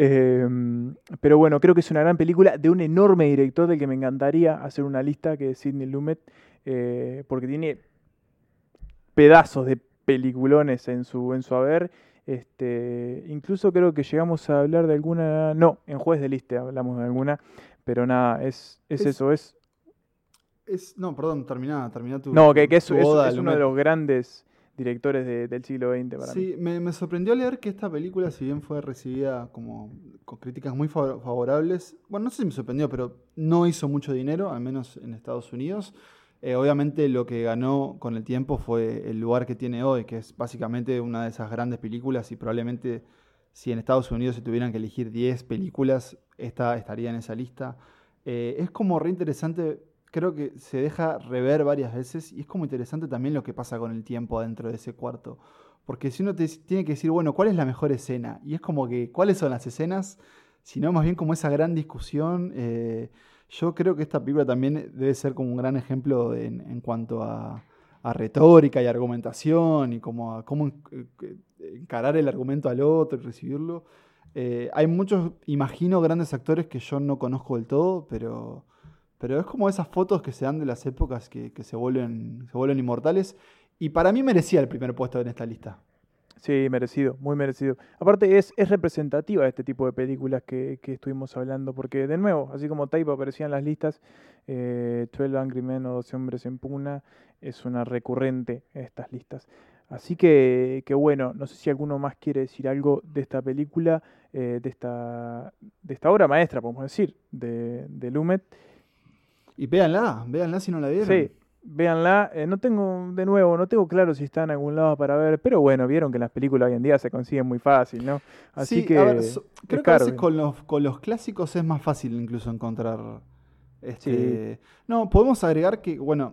Pero bueno, creo que es una gran película de un enorme director del que me encantaría hacer una lista, que es Sidney Lumet, porque tiene pedazos de peliculones en su haber. Incluso creo que llegamos a hablar de alguna, no, en Juez de Liste hablamos de alguna, pero nada, es eso, no, perdón, terminá tu. No, que es oda, uno de los grandes directores del siglo XX para mí. Sí, me sorprendió leer que esta película, si bien fue recibida como con críticas muy favorables, bueno, no sé si me sorprendió, pero no hizo mucho dinero, al menos en Estados Unidos. Obviamente lo que ganó con el tiempo fue el lugar que tiene hoy, que es básicamente una de esas grandes películas, y probablemente si en Estados Unidos se tuvieran que elegir 10 películas, esta estaría en esa lista. Es como re interesante, creo que se deja rever varias veces, y es como interesante también lo que pasa con el tiempo dentro de ese cuarto. Porque si uno tiene que decir, bueno, ¿cuál es la mejor escena? Y es como que, ¿cuáles son las escenas? Sino más bien como esa gran discusión. Yo creo que esta película también debe ser como un gran ejemplo en cuanto a retórica y argumentación y como a cómo encarar el argumento al otro y recibirlo. Hay muchos, imagino, grandes actores que yo no conozco del todo, pero es como esas fotos que se dan de las épocas que se vuelven inmortales. Y para mí merecía el primer puesto en esta lista. Sí, merecido, muy merecido. Aparte es representativa de este tipo de películas que estuvimos hablando, porque de nuevo, así como Type aparecía en las listas, 12 Angry Men o 12 Hombres en Pugna es una recurrente en estas listas. Así que bueno, no sé si alguno más quiere decir algo de esta película, de esta obra maestra, podemos decir, de Lumet. Y véanla si no la vieron. Sí. Véanla, no tengo claro si está en algún lado para ver, pero bueno, vieron que las películas hoy en día se consiguen muy fácil, ¿no? Así sí, que a ver, creo que a veces con los clásicos es más fácil incluso encontrar. Sí. No, podemos agregar que, bueno,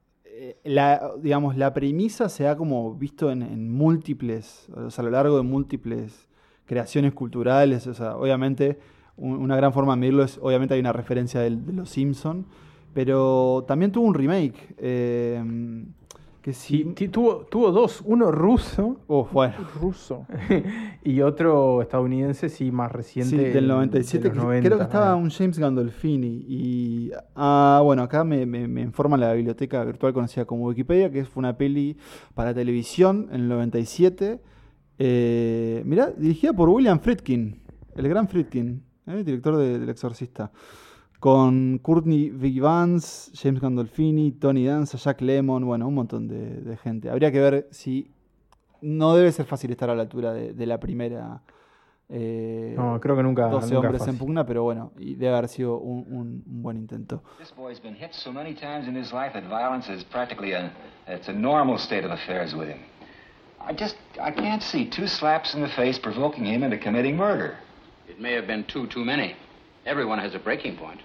la premisa se ha como visto en múltiples, o sea, a lo largo de múltiples creaciones culturales, o sea, obviamente una gran forma de medirlo es, obviamente hay una referencia de Los Simpson. Pero también tuvo un remake. Que sí. Tuvo dos. Uno ruso. Bueno. Ruso. Y otro estadounidense, sí, más reciente. Sí, del 97. De los 90, creo que estaba un James Gandolfini. Y bueno, acá me informa la biblioteca virtual conocida como Wikipedia, que fue una peli para televisión en el 97. Mirá, dirigida por William Friedkin. El gran Friedkin, director del Exorcista. Con Courtney B. Vance, James Gandolfini, Tony Danza, Jack Lemmon, bueno, un montón de gente. Habría que ver si no debe ser fácil estar a la altura de la primera. No, creo que nunca. 12 hombres en pugna, pero bueno, y debe haber sido un buen intento. This boy's been hit so many times in his life that violence is practically it's a normal state of affairs with him. I can't see 2 slaps in the face provoking him into committing murder. It may have been too many. Everyone has a breaking point.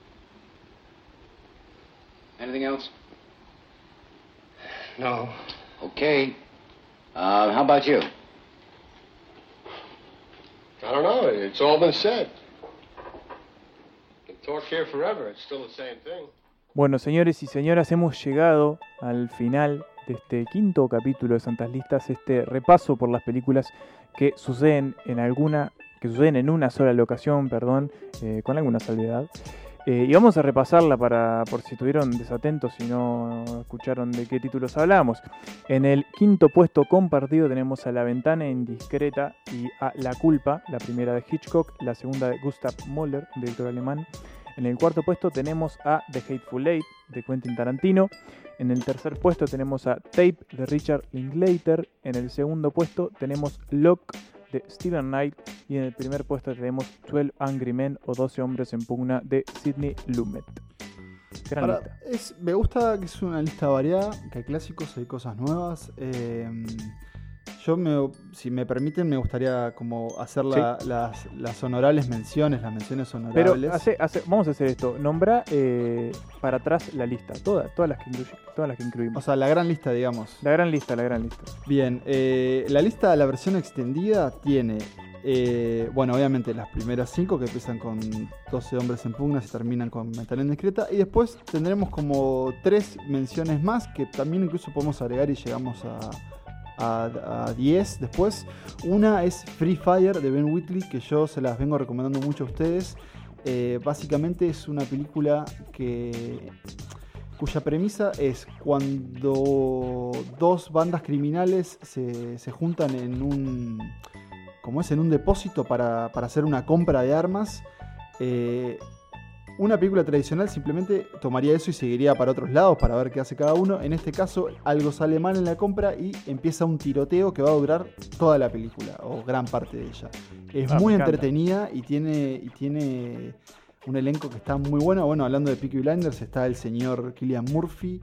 Anything else? No. Okay. How about you? I don't know. It's all been said. We can talk here forever. It's still the same thing. Bueno, señores y señoras, hemos llegado al final de este 5º capítulo de Santas Listas, este repaso por las películas que suceden en una sola locación, con alguna salvedad. Y vamos a repasarla por si estuvieron desatentos y no escucharon de qué títulos hablamos. En el 5º puesto compartido tenemos a La Ventana Indiscreta y a La Culpa, la primera de Hitchcock, la segunda de Gustav Mahler, director alemán. En el 4º puesto tenemos a The Hateful Eight de Quentin Tarantino. En el 3er puesto tenemos a Tape de Richard Linklater. En el 2º puesto tenemos Locke de Stephen Knight, y en el 1er puesto tenemos 12 Angry Men o 12 Hombres en Pugna de Sidney Lumet. Gran lista. Me gusta que es una lista variada, que hay clásicos, hay cosas nuevas. Yo si me permiten, me gustaría como hacer las honorables menciones, las menciones Pero honorables. vamos a hacer esto. Nombra para atrás la lista, todas las que incluimos. O sea, la gran lista, digamos. La gran lista. Bien, la lista de la versión extendida tiene, bueno, obviamente las primeras 5 que empiezan con 12 hombres en pugna, se terminan con Mentalidad Indiscreta, y después tendremos como 3 menciones más que también incluso podemos agregar y llegamos a 10 después. Una es Free Fire de Ben Wheatley, que yo se las vengo recomendando mucho a ustedes. Básicamente es una película cuya premisa es cuando 2 bandas criminales se juntan en un depósito para hacer una compra de armas. Una película tradicional simplemente tomaría eso y seguiría para otros lados para ver qué hace cada uno. En este caso, algo sale mal en la compra y empieza un tiroteo que va a durar toda la película, o gran parte de ella. Es muy entretenida y tiene un elenco que está muy bueno. Bueno, hablando de Peaky Blinders, está el señor Cillian Murphy,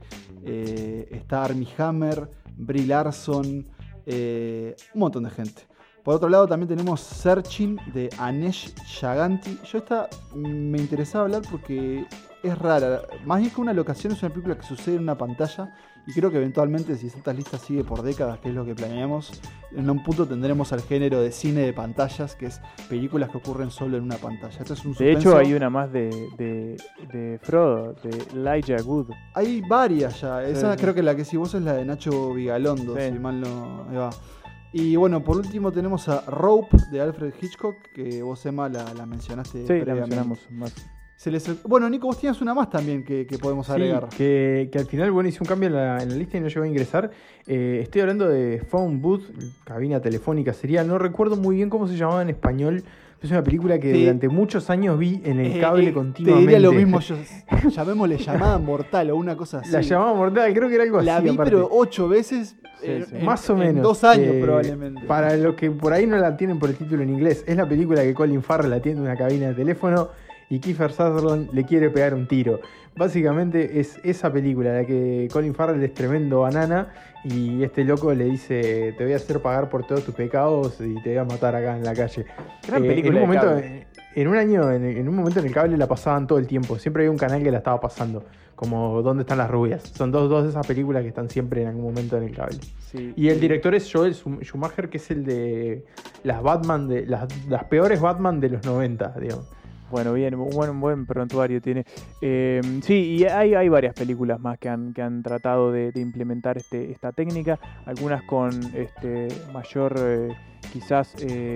está Armie Hammer, Brie Larson, un montón de gente. Por otro lado también tenemos Searching de Anesh Chaganty. Yo esta me interesaba hablar porque es rara. Más bien que una locación, es una película que sucede en una pantalla. Y creo que eventualmente, si Santas Listas sigue por décadas, que es lo que planeamos, en un punto tendremos al género de cine de pantallas, que es películas que ocurren solo en una pantalla. Esto es un suspenso. De hecho, hay una más de Frodo, de Elijah Wood. Hay varias ya. Esa Sí. Creo que la que si vos es la de Nacho Vigalondo, Sí. si mal no... Ahí va. Y bueno, por último tenemos a Rope de Alfred Hitchcock, que vos, Emma, la mencionaste previamente. La mencionamos más. Bueno, Nico, vos tienes una más también que podemos agregar. Sí, Que al final, bueno, hice un cambio en la lista y no llegó a ingresar. Estoy hablando de Phone Booth, cabina telefónica sería. No recuerdo muy bien cómo se llamaba en español. Es una película que durante muchos años vi en el cable continuamente. Te diría lo mismo yo. Llamémosle llamada mortal o una cosa así. La llamada mortal, creo que era algo así. La vi, aparte. pero 8 veces. Más o menos. En 2 años probablemente. Para los que por ahí no la tienen por el título en inglés, es la película que Colin Farrell atiende una cabina de teléfono y Kiefer Sutherland le quiere pegar un tiro. Básicamente es esa película, la que Colin Farrell es tremendo banana y este loco le dice: te voy a hacer pagar por todos tus pecados y te voy a matar acá en la calle. Gran película en un de momento, cable. en un momento en el cable la pasaban todo el tiempo. Siempre había un canal que la estaba pasando, como ¿Dónde están las rubias? Son dos de esas películas que están siempre en algún momento en el cable. Sí. Y el director es Joel Schumacher, que es el de las Batman, de las peores Batman de los 90, digamos. Bueno, bien, un buen prontuario tiene. Sí, y hay varias películas más que han tratado de implementar esta técnica, algunas con mayor quizás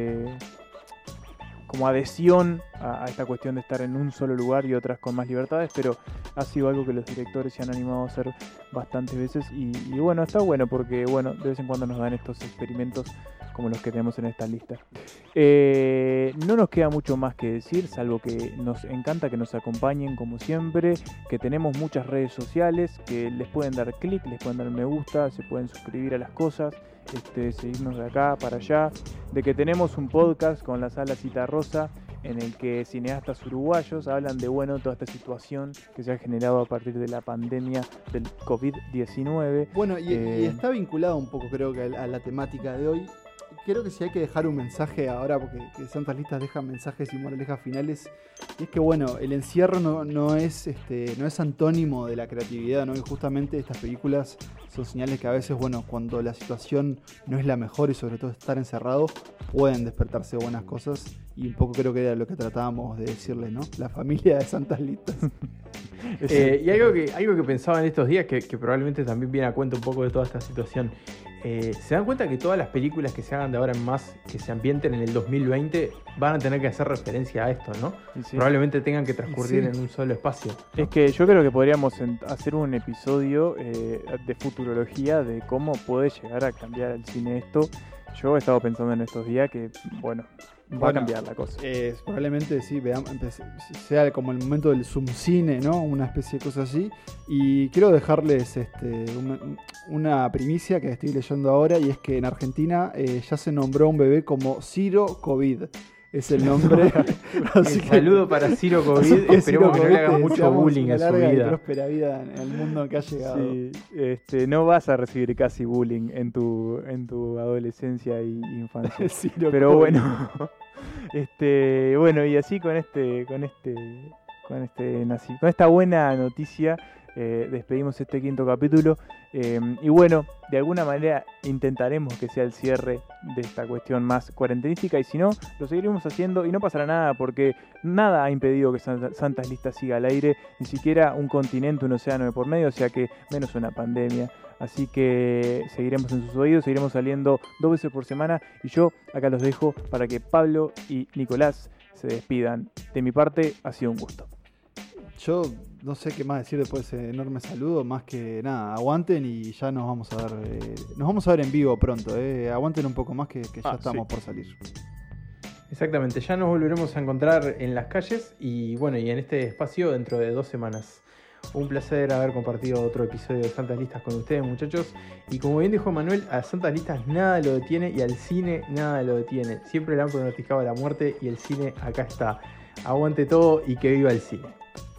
como adhesión a esta cuestión de estar en un solo lugar y otras con más libertades, pero ha sido algo que los directores se han animado a hacer bastantes veces y bueno, está bueno porque bueno, de vez en cuando nos dan estos experimentos como los que tenemos en esta lista. No nos queda mucho más que decir, salvo que nos encanta que nos acompañen como siempre, que tenemos muchas redes sociales, que les pueden dar clic, les pueden dar me gusta, se pueden suscribir a las cosas, seguirnos de acá para allá, de que tenemos un podcast con la Sala Cita Rosa, en el que cineastas uruguayos hablan de toda esta situación que se ha generado a partir de la pandemia del COVID-19. Bueno, y está vinculado un poco, creo que a la temática de hoy. Creo que si hay que dejar un mensaje ahora, porque que Santas Listas dejan mensajes y moralejas finales, y es que bueno, el encierro no es antónimo de la creatividad, ¿no? Y justamente estas películas son señales que a veces, bueno, cuando la situación no es la mejor y sobre todo estar encerrado, pueden despertarse buenas cosas. Y un poco creo que era lo que tratábamos de decirles, ¿no? La familia de Santas Listas. Y algo que pensaba en estos días, que probablemente también viene a cuenta un poco de toda esta situación. ¿Se dan cuenta que todas las películas que se hagan de ahora en más, que se ambienten en el 2020, van a tener que hacer referencia a esto, ¿no? Sí. Probablemente tengan que transcurrir en un solo espacio, ¿no? Es que yo creo que podríamos hacer un episodio de futurología de cómo puede llegar a cambiar el cine esto. Yo he estado pensando en estos días que, va a cambiar la cosa. Probablemente sí, sea como el momento del zoom-cine, ¿no? Una especie de cosa así. Y quiero dejarles una primicia que estoy leyendo ahora, y es que en Argentina ya se nombró a un bebé como Zero COVID. es el nombre. Saludo para Ciro COVID. Esperemos que no le haga mucho bullying a su larga vida. Y próspera vida en el mundo que ha llegado. Sí, no vas a recibir casi bullying en tu adolescencia y infancia. Pero bueno, bueno, y así con esta buena noticia despedimos este 5º capítulo. Y bueno, de alguna manera intentaremos que sea el cierre de esta cuestión más cuarentenística, y si no, lo seguiremos haciendo y no pasará nada, porque nada ha impedido que Santas Listas siga al aire, ni siquiera un continente, un océano de por medio, o sea que menos una pandemia. Así que seguiremos en sus oídos, seguiremos saliendo 2 veces por semana, y yo acá los dejo para que Pablo y Nicolás se despidan. De mi parte, ha sido un gusto. Yo no sé qué más decir después de ese enorme saludo, más que nada, aguanten y ya nos vamos a ver en vivo pronto, aguanten un poco más que ya estamos por salir. Exactamente, ya nos volveremos a encontrar en las calles y bueno, y en este espacio dentro de 2 semanas. Un placer haber compartido otro episodio de Santas Listas con ustedes, muchachos. Y como bien dijo Manuel, a Santas Listas nada lo detiene y al cine nada lo detiene. Siempre le han pronosticado la muerte y el cine acá está. Aguante todo y que viva el cine.